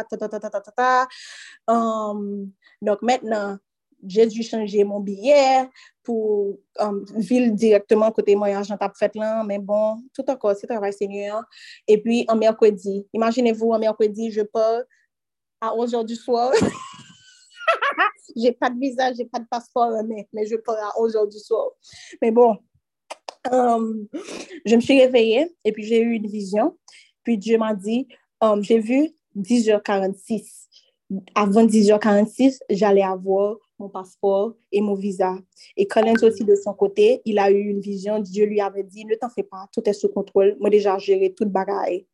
Donc, maintenant, j'ai dû changer mon billet pour ville directement côté moyen j'en fait là, mais bon, tout encore, c'est travail Seigneur. Et puis, en mercredi, imaginez-vous, en mercredi, je pars à 11h du soir. J'ai pas de visa, j'ai pas de passeport, mais je pars à 11h du soir. Mais bon, je me suis réveillée et puis j'ai eu une vision. Puis Dieu m'a dit, j'ai vu 10h46. Avant 10h46, j'allais avoir mon passeport et mon visa. Et Collins aussi, de son côté, il a eu une vision. Dieu lui avait dit, ne t'en fais pas, tout est sous contrôle. Moi, déjà, géré toute bagaille.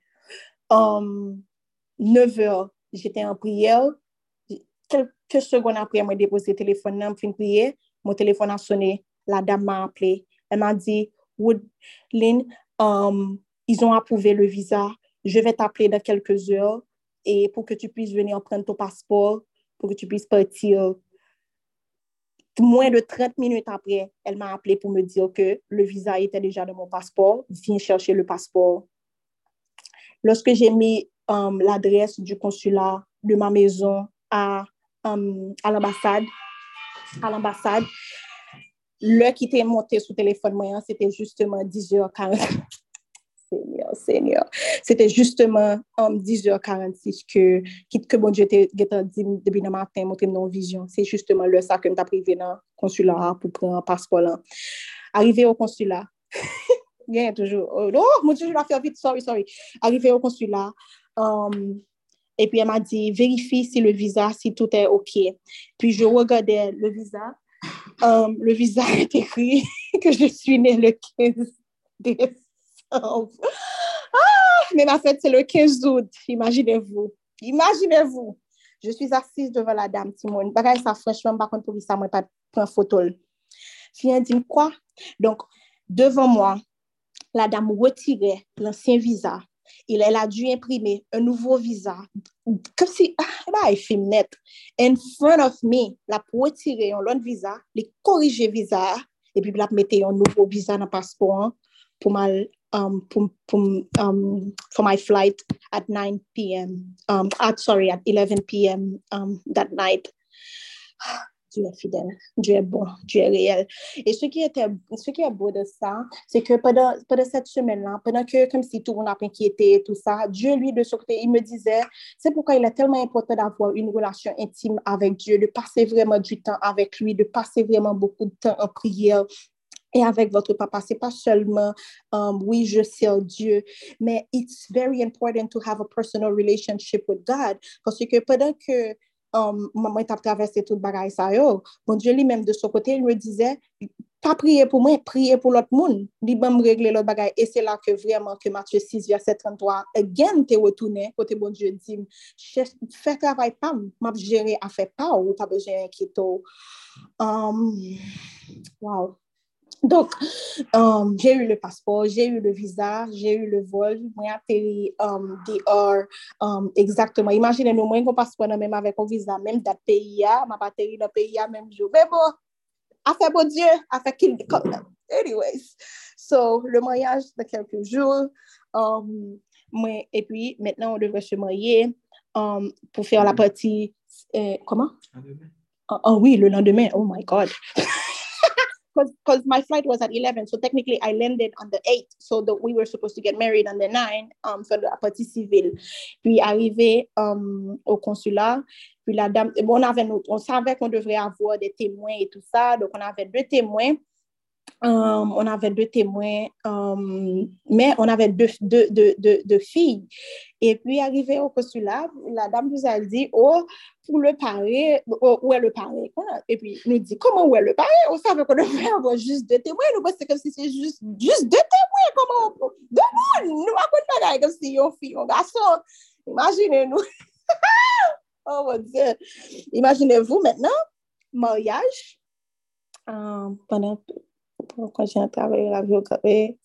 9 heures, j'étais en prière. Quelques secondes après, moi, déposé le téléphone, je fin prier. Mon téléphone a sonné. La dame m'a appelé. Elle m'a dit, Woodlyn, ils ont approuvé le visa. Je vais t'appeler dans quelques heures et pour que tu puisses venir prendre ton passeport, pour que tu puisses partir. Moins de 30 minutes après, elle m'a appelé pour me dire que le visa était déjà dans mon passeport. Viens chercher le passeport. Lorsque j'ai mis l'adresse du consulat de ma maison à l'ambassade, l'heure qui était montée sur le téléphone moyen, c'était justement 10h40. Seigneur. C'était justement 10h46 que bon Dieu t'a dit depuis le matin, montré dans vision. C'est justement le ça que je t'ai privé dans le consulat pour prendre un passeport là. Arrivé au consulat, bien toujours. Oh mon Dieu, je vais faire vite, sorry. Arrivé au consulat, et puis elle m'a dit, vérifie si le visa, si tout est OK. Puis je regardais le visa. Le visa est écrit que je suis née le 15 décembre. Mais ma fête, c'est le 15 août. Imaginez-vous. Je suis assise devant la dame, Timon. Bagay ça, franchement, par contre, pour ça, moi, pas prendre photo. Fille dit quoi? Donc, devant moi, la dame retirait l'ancien visa. Elle a dû imprimer un nouveau visa. Comme si, elle film net. In front of me, la retirer un autre visa, les corriger visa, et puis la mettre un nouveau visa dans le passeport pour mal for my flight at 9 p.m. At 11 p.m. That night. Dieu est fidèle, Dieu est bon, Dieu est réel. Et ce qui est beau de ça, c'est que pendant cette semaine-là, pendant que comme si tout le monde a inquiété et tout ça, Dieu, lui, de son côté, il me disait, c'est pourquoi il est tellement important d'avoir une relation intime avec Dieu, de passer vraiment du temps avec lui, de passer vraiment beaucoup de temps en prière. Et avec votre papa, c'est pas seulement oui, je sers Dieu, mais it's very important to have a personal relationship with God. Parce que pendant que maman t'a traversé toute bagaille ça yo, mon Dieu lui-même de son côté, il me disait pas prier pour moi, prier pour l'autre monde. Il va me régler l'autre bagaille. Et c'est là que vraiment que Matthieu 6 verset 33 again t'es retourné côté bon Dieu dit fais travail pas m'a gérer à faire pas ou pas besoin d'inquiéter. Wow. Donc, j'ai eu le passeport, j'ai eu le visa, j'ai eu le vol, moi atterri dehors, exactement. Imaginez-nous, moi, un passeport même avec un visa, même date pays, ma atterri dans le pays, même jour. Mais bon, affaire bon Dieu, affaire qu'il comme anyways. So, le mariage de quelques jours, et puis maintenant, on devrait se marier pour faire la partie, comment? Oh oui, le lendemain, oh my God. Because my flight was at 11, so technically I landed on the 8th, so we were supposed to get married on the 9th, for la partie civile. Puis arrivé au consulat, puis la dame, bon, on savait qu'on devrait avoir des témoins et tout ça, donc on avait deux témoins. Mais on avait deux filles. Et puis, arrivé au consulat, la dame nous a dit, oh, pour le parrain, où est le parrain? Et puis, nous dit, comment où est le parrain? On savait qu'on devait avoir juste deux témoins. Nous, c'est comme si c'est juste deux témoins. Comment deux mondes? Nous, on pas comme si on fille, on garçon. Imaginez-nous. Oh mon Dieu. Imaginez-vous maintenant, mariage, pendant quand j'ai travaillé la géographie.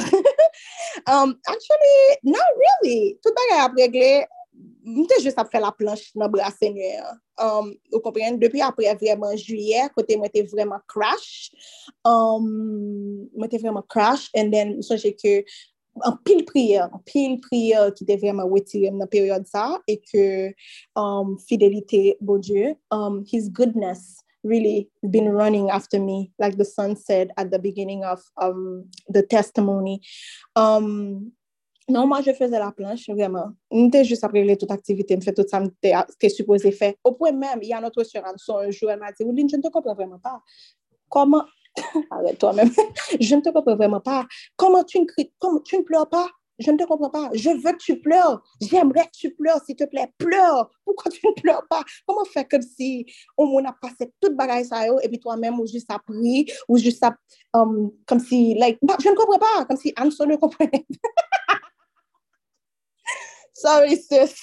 Actually, not really. Tout le monde a réglé. J'étais juste à faire la planche dans le bras Seigneur. Vous comprenez? Depuis après vraiment juillet, côté moi, j'étais vraiment crash. Moi, j'étais vraiment crash. And then, je sais que en pile prière qui était vraiment retiré dans la période ça et que fidélité, bon Dieu, his goodness really been running after me, like the son said at the beginning of the testimony. Non, moi, je faisais la planche, vraiment. J'étais juste après régler toute activité, je fais tout ça, j'étais supposé faire. Au point même, il y a notre restaurant, un jour, elle m'a dit, Ouline, je ne te comprends vraiment pas. Comment, arrête toi-même, je ne te comprends vraiment pas. Comment tu ne pleures pas? je ne te comprends pas. Je veux que tu pleures. J'aimerais que tu pleures, s'il te plaît. Pleure. Pourquoi tu ne pleures pas? Comment faire comme si on a passé toute bagaille ça et puis toi-même, ou juste appris, ou juste comme si, like, je ne comprends pas. Comme si Anso ne comprenait. Sorry, sis.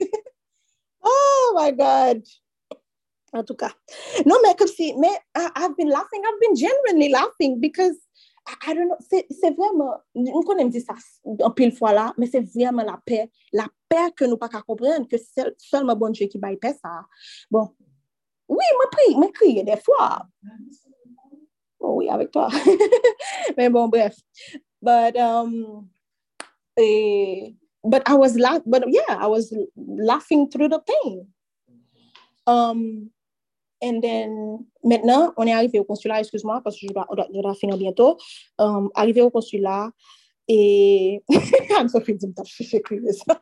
Oh my God. En tout cas. Non, mais comme si, mais I've been genuinely laughing because I don't know, c'est vraiment, nous connaissons dit ça un pile fois là, mais c'est vraiment la paix que nous pas qu'à comprendre, que c'est seulement bon Dieu qui va y paix ça. Bon, oui, moi prie des fois. Oh, oui, avec toi. Mais bon, bref. But, but I was laughing through the pain. And then, maintenant, on est arrivé au consulat, excuse-moi, parce que je dois finir bientôt. Arrivé au consulat, et Anne-Sophie dit, j'écrivais ça.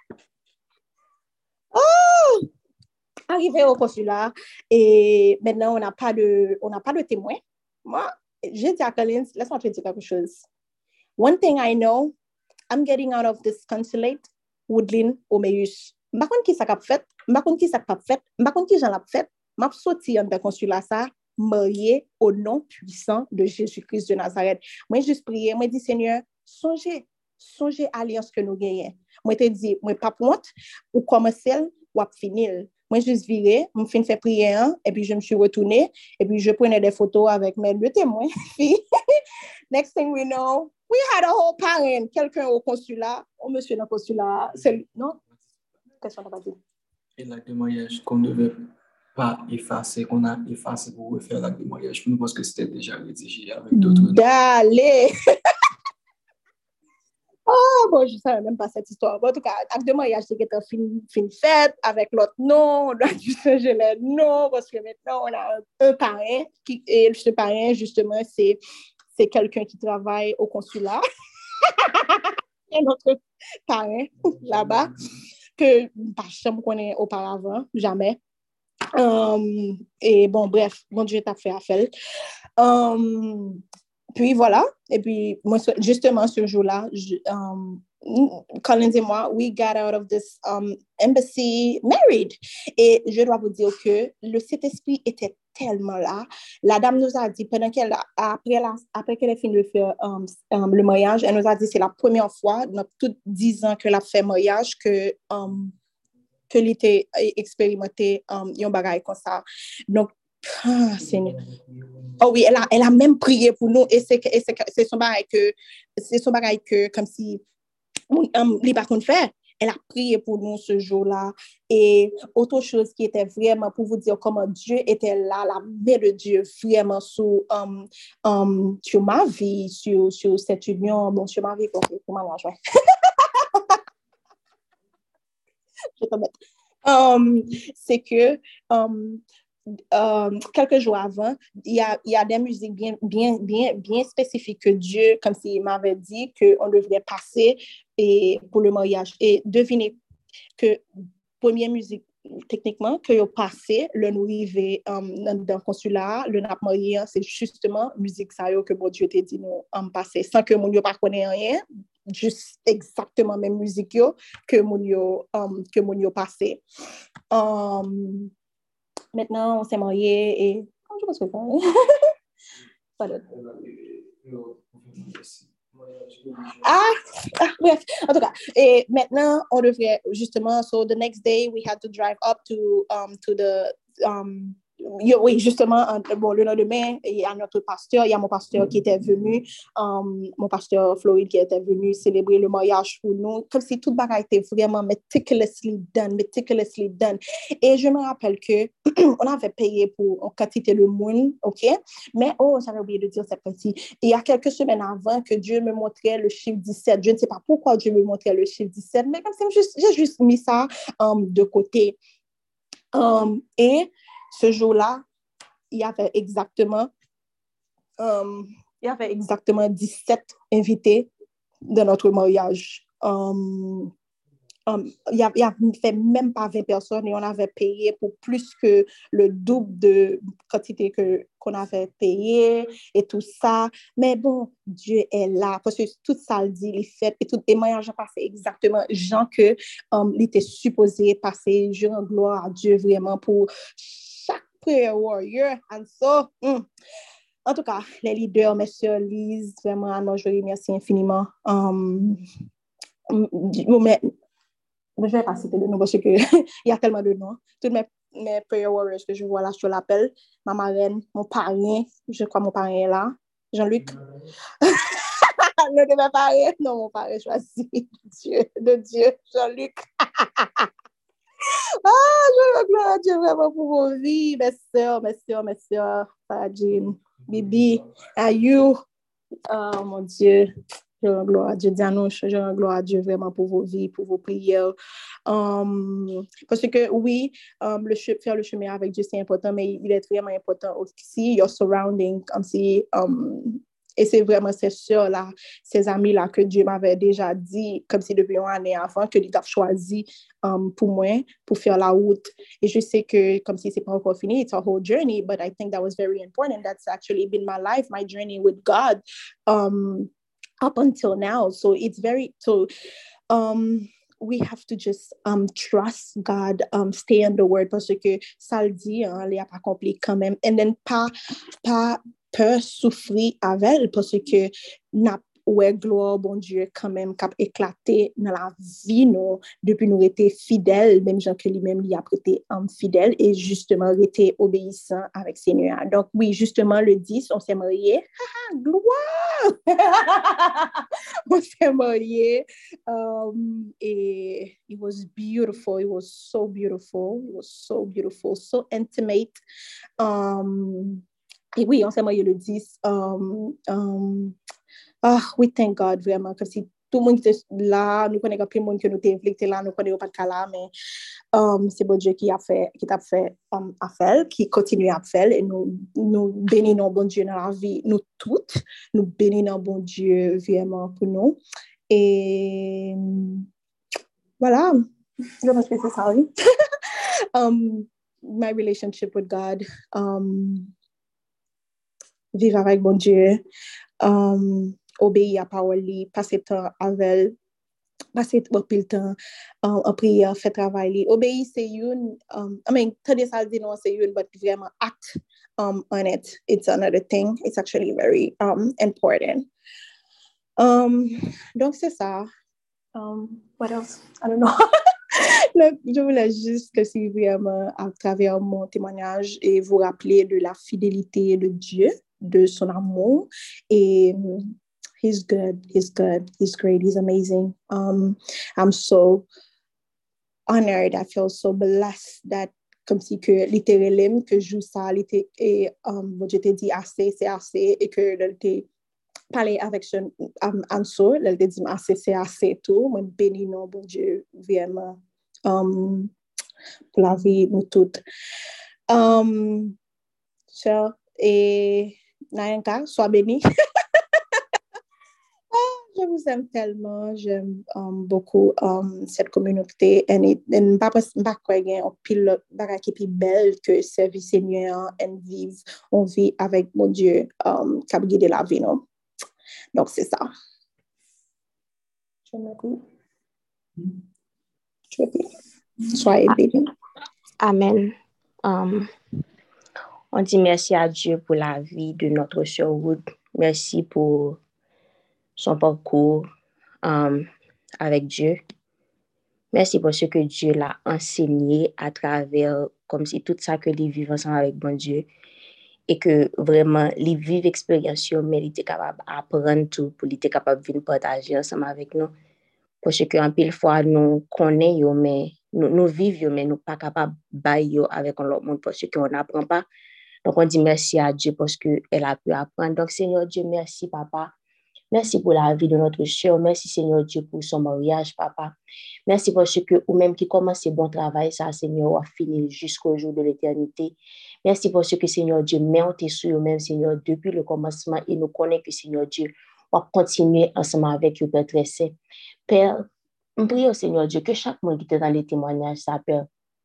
Oh! Arrivé au consulat, et maintenant, on n'a pas de témoin. Moi, j'ai dit à Collins, laisse-moi te dire quelque chose. One thing I know, I'm getting out of this consulate, Woodlyn, Omeus. Je ne sais pas qui ça a fait, je ne sais pas qui ça a fait, je ne sais pas qui j'en a fait. M'a sorti en de consulat ça marié au nom puissant de Jésus-Christ de Nazareth. Moi juste prier, moi dit Seigneur, songez alliance que nous gagnons. Moi te dit, moi pas honte ou commencer ou finir. Moi juste viré, me fin fait prier et puis je me suis retournée et puis je prenais des photos avec mes deux témoins. Next thing we know, we had a whole parent, quelqu'un au consulat, monsieur dans le consulat, non? Qu'est-ce qu'on a pas dit? Et l'acte de mariage qu'on devait pas effacer, qu'on a effacé pour refaire l'acte de mariage pour nous parce que c'était déjà rédigé avec d'autres. D'aller! Oh, bon, je ne savais même pas cette histoire. Bon, en tout cas, acte de mariage, c'est qu'être fin fête avec l'autre nom, on doit juste changer les noms parce que maintenant, on a un parrain et ce parrain, justement, c'est quelqu'un qui travaille au consulat. Il y a un autre parrain là-bas que pas jamais connais auparavant, jamais. Et bon, bref, bon Dieu t'a fait affaire. Puis voilà, et puis moi, justement ce jour-là, Collins et moi, we got out of this embassy married. Et je dois vous dire que le Saint-Esprit était tellement là. La dame nous a dit, après qu'elle a fini de faire le mariage, elle nous a dit c'est la première fois dans tous 10 ans qu'elle a fait mariage que l'été expérimenté un bagage comme ça. Donc, Seigneur. Oh oui, elle a même prié pour nous et c'est son bagage que comme si les par contre fait. Elle a prié pour nous ce jour-là. Et autre chose qui était vraiment pour vous dire comment Dieu était là, la main de Dieu vraiment sur ma vie, sur cette union, bon, sur ma vie, pour ma joie. Je vais te mettre. C'est que quelques jours avant, il y a des musiques bien spécifiques que Dieu, comme s'il m'avait dit qu'on devrait passer pour le mariage. Et devinez que première musique, techniquement, que vous passez, le nous arrivé dans le consulat, le nap marié, c'est justement musique ça que bon Dieu t'a dit nous passer, sans que mon yo pas connaît rien, juste exactement même musique yo, que mon yo passé. Maintenant, on s'est mariés et... Comment je pense que pas bref, en tout cas. Et maintenant, on devrait justement, so the next day, we had to drive up to the... oui, justement, bon, le lendemain, il y a notre pasteur, il y a mon pasteur qui était venu, mon pasteur Floride qui était venu célébrer le mariage pour nous, comme si toute bagarre était vraiment meticulously done. Et je me rappelle que on avait payé pour quantité de monde, ok? Mais, j'avais oublié de dire cette partie. Il y a quelques semaines avant que Dieu me montrait le chiffre 17. Je ne sais pas pourquoi Dieu me montrait le chiffre 17, mais comme si j'ai juste mis ça de côté. Et ce jour-là, il y avait exactement 17 invités de notre mariage. il y a fait même pas 20 personnes et on avait payé pour plus que le double de quantité qu'on avait payé et tout ça. Mais bon, Dieu est là parce que tout ça le dit, les fêtes et tout. Et moi, j'ai passé exactement gens que il était supposé passer. Je rends gloire à Dieu vraiment pour chaque prayer warrior. And so, en tout cas, les leaders, messieurs, Lise, vraiment, Anne, je remercie infiniment. Mais je vais pas citer le nom parce que il y a tellement de noms. Tous mes prayer warriors que je vois là, je l'appelle. Ma marraine, mon parrain, je crois mon parrain est là. Jean-Luc. Ne devait pas rire. Non, mon parrain choisi. De Dieu, Jean-Luc. Je veux gloire à Dieu vraiment pour vos vies. Mes sœurs, Jean, Bibi, Ayou. Oh mon Dieu. Je rends gloire à Dieu, Dianouche, je rends gloire à Dieu vraiment pour vos vies, pour vos prières. Parce que oui, faire le chemin avec Dieu, c'est important, mais il est vraiment important aussi, your surrounding, comme si, et c'est vraiment ces sœurs-là, ces amis-là que Dieu m'avait déjà dit, comme si depuis une année avant, que il a choisi pour moi, pour faire la route. Et je sais que, comme si c'est pas encore fini, it's a whole journey, but I think that was very important. That's actually been my life, my journey with God. Up until now. So it's very, we have to just trust God, stay in the word parce que ça le dit, il n'y a pas compliqué quand même. And then pas peur souffrir avec parce que n'a ouais gloire bon Dieu quand même cap éclaté dans la vie nous depuis nous été fidèles même gens que lui-même lui a prêté fidèle et justement été obéissant avec Seigneur. Donc oui, justement le 10 on s'est mariés. Gloire. On s'est mariés et it was beautiful. It was so beautiful. It was so beautiful, so intimate. Et oui, on s'est mariés le 10. We thank God vraiment, comme si tout le monde était là, nous connaissons plus de monde que nous t'invité là, nous connaissons pas de cas là, mais c'est bon Dieu qui t'a fait à faire, qui continue à faire, et nous bénissons bon Dieu dans la vie, nous toutes, nous bénissons bon Dieu vraiment pour nous. Et voilà, je pense que c'est ça, oui. My relationship with God, vivre avec bon Dieu, obéir à parole, passer temps avec elle, passer le temps en prière, faire travail. Obéir, c'est une, tandis ça dit non, c'est une, but vraiment act on it. It's another thing. It's actually very important. Donc, c'est ça. What else? I don't know. Je voulais juste que si vraiment, à travers mon témoignage, et vous rappeler de la fidélité de Dieu, de son amour, et He's good, he's great, he's amazing. I'm so honored, I feel so blessed that comme si que littéralement que je joue ça, et je t'ai dit assez, c'est assez, et que je t'ai parlé avec Anso, elle t'a dit assez, c'est assez tout. Moi, bénis non, bon Dieu, vraiment, pour la vie, nous toutes. Et Nayanka, sois béni. Je vous aime tellement, j'aime beaucoup cette communauté et pas quoi gain on pile bagay qui plus belle que servir Seigneur et vivre on vit avec mon Dieu qui a guidé la vie non. Donc c'est ça. Je me dis. Soyez bénis. Amen. On dit merci à Dieu pour la vie de notre sœur Wood. Merci pour son parcours avec Dieu. Merci pour ce que Dieu l'a enseigné à travers, comme si tout ça que les vivent ensemble avec bon Dieu et que vraiment les vivent expériences, mais il était capable d'apprendre tout pour il était capable de venir partager ensemble avec nous. Parce qu'en pile fois, nous connaissons, mais nous vivons, mais nous ne sommes pas capables de bailler avec l'autre monde parce qu'on n'apprend pas. Donc, on dit merci à Dieu parce qu'elle a pu apprendre. Donc, Seigneur Dieu, merci, Papa. Merci pour la vie de notre sœur. Merci, Seigneur Dieu, pour son mariage, Papa. Merci parce que, ou même qui commence ce bon travail, ça, Seigneur, a fini jusqu'au jour de l'éternité. Merci parce que, Seigneur Dieu, mettez sur eux-mêmes, Seigneur, depuis le commencement, et nous connaissons que, Seigneur Dieu, on va continuer ensemble avec eux, Père très saint. Père, Je prie au Seigneur Dieu que chaque monde qui était dans les témoignages, ça peut.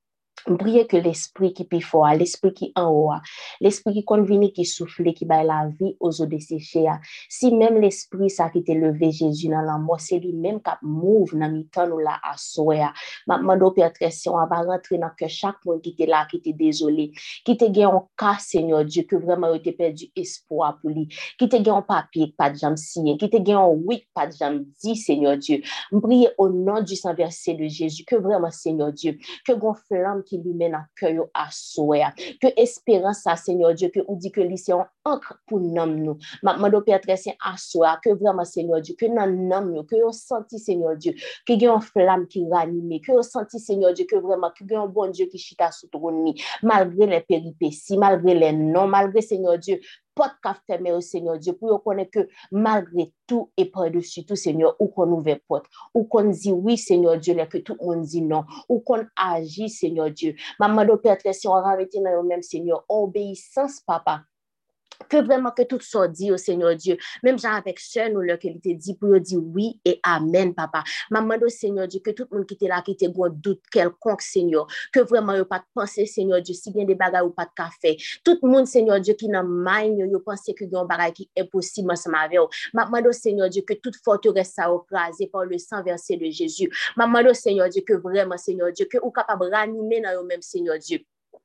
Je prie que l'esprit qui est fort, l'esprit qui est en haut, l'esprit qui convient, qui souffle, qui bat la vie aux eaux desséchées. Si même l'esprit ça qui t'a levé Jésus dans la mort, c'est lui-même qui move dans le temps ou là à soya. Ma demande Père très saint, on va rentrer dans que chaque monde qui était là, qui était désolé, qui était gagné en cas Seigneur Dieu que vraiment il perdu espoir pour lui, qui était gagné en papier pas de jambe signé, qui était gagné en oui pas de jambe dit Seigneur Dieu. Je prie au nom du sang versé de Jésus que vraiment Seigneur Dieu, que gon flamme qui lui mène à cœur à souhait, que espérance ça Seigneur Dieu, que on dit que lui c'est un encre pour nous. Ma Père très saint à souhait, que vraiment Seigneur Dieu, que dans nous, que on senti Seigneur Dieu, que y a une flamme qui ranime, que on senti Seigneur Dieu, que vraiment que y a un bon Dieu qui chita sous trône, malgré les péripéties, malgré les noms, malgré Seigneur Dieu, pas de café fermé au Seigneur Dieu, pour connaître que malgré tout et par-dessus tout Seigneur, ou qu'on ouvre porte, ou qu'on dit oui Seigneur Dieu, là que tout le monde dit non, ou qu'on agit Seigneur Dieu. Maman de Père, si on va mettre dans le même Seigneur, obéissance papa. Que vraiment que tout soit dit au Seigneur Dieu, même genre avec soeur nous leur qu'il te dit pour dire oui et amen papa. Maman do Seigneur Dieu que tout le monde qui était là qui était gros doute quelconque Seigneur, que vraiment yo pas de penser Seigneur Dieu si bien des bagages ou pas de café. Tout le monde Seigneur Dieu qui dans mind yo penser que yon bagage qui est impossible ensemble avec eux. Maman do Seigneur Dieu que toute forteresse ça écrasée par le sang versé de Jésus. Maman do Seigneur Dieu que vraiment Seigneur Dieu que ou capable ranimer dans eux même Seigneur Dieu.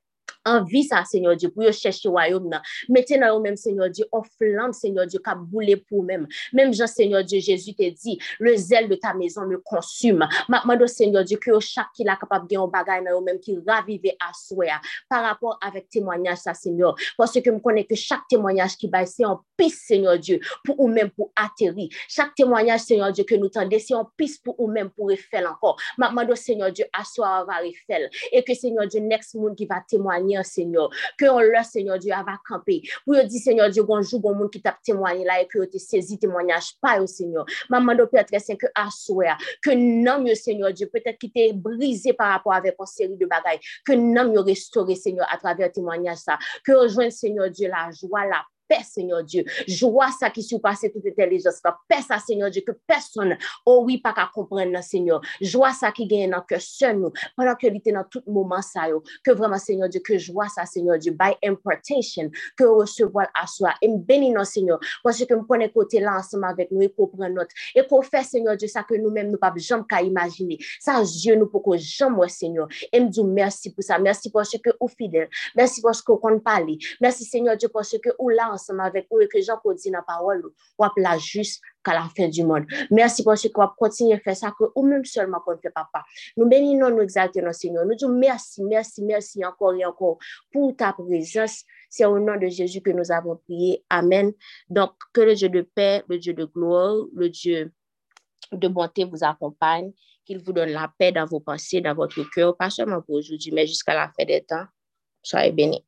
Envie ça, Seigneur Dieu, pour chercher le royaume. Mettez dans vous même, Seigneur Dieu, en flamme, Seigneur Dieu, qui a boulé pour même. Même Jean, Seigneur Dieu, Jésus t'a dit, le zèle de ta maison me consume. Maintenant, Seigneur Dieu, que chaque qui est capable de gagner un bagage dans vous même, qui ravive à souhait par rapport avec témoignage, ça, Seigneur. Parce que je connais que chaque témoignage qui va, c'est en piste, Seigneur Dieu, pour vous-même, pour atterrir. Chaque témoignage, Seigneur Dieu, que nous tendez, c'est en piste pour vous-même, pour refaire encore. Maintenant, Seigneur Dieu, asseoir va refaire. Et que, Seigneur Dieu, next monde qui va témoigner, Seigneur, que on le Seigneur Dieu va camper. Pour dire Seigneur Dieu bonjour bon monde qui t'a témoigné là et que tu saisi témoignage pas au Seigneur. Maman de Père très saint que assoir que non mieux Seigneur Dieu peut-être qui t'est brisé par rapport avec une série de bagailles que non mieux restaurer Seigneur à travers témoignage ça que rejoindre Seigneur Dieu la joie la paix, Seigneur Dieu. Joie ça qui surpasse toute intelligence. Paix ça, Seigneur Dieu, que personne, oh oui, pas qu'à comprendre, Seigneur. Joie ça qui gagne dans que seul nous, pendant que l'été dans tout moment ça, que vraiment, Seigneur Dieu, que joie ça, Seigneur Dieu, by impartation, que recevoir à soi. Et me bénis, non, Seigneur, parce que me prenez côté là ensemble avec nous et qu'on prend notre, et qu'on fait, Seigneur Dieu, ça que nous-mêmes, nous pas jamais qu'à imaginer. Ça, Dieu, nous, pour que jamais, Seigneur. Et me dis merci pour ça. Merci parce que vous fidèle. Merci parce qu'on compte parler. Merci, Seigneur Dieu, parce que vous là ensemble avec nous et que Jean peut dire dans la parole, ou là juste qu'à la fin du monde. Merci parce que vous continuez à faire ça que ou même seulement qu'on fait papa. Nous bénissons, nous exaltons, Seigneur. Nous disons merci, merci, merci encore et encore pour ta présence. C'est au nom de Jésus que nous avons prié. Amen. Donc, que le Dieu de paix, le Dieu de gloire, le Dieu de bonté vous accompagne, qu'il vous donne la paix dans vos pensées, dans votre cœur, pas seulement pour aujourd'hui, mais jusqu'à la fin des temps. Soyez bénis.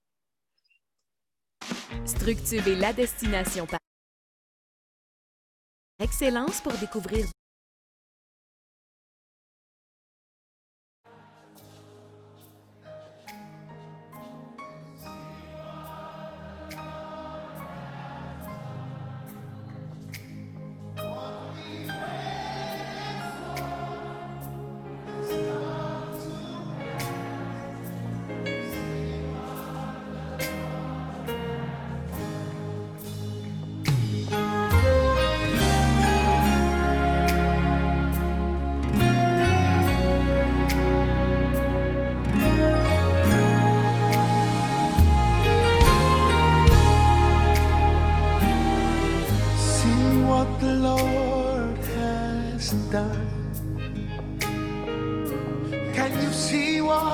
Structure est la destination par excellence pour découvrir done. Can you see what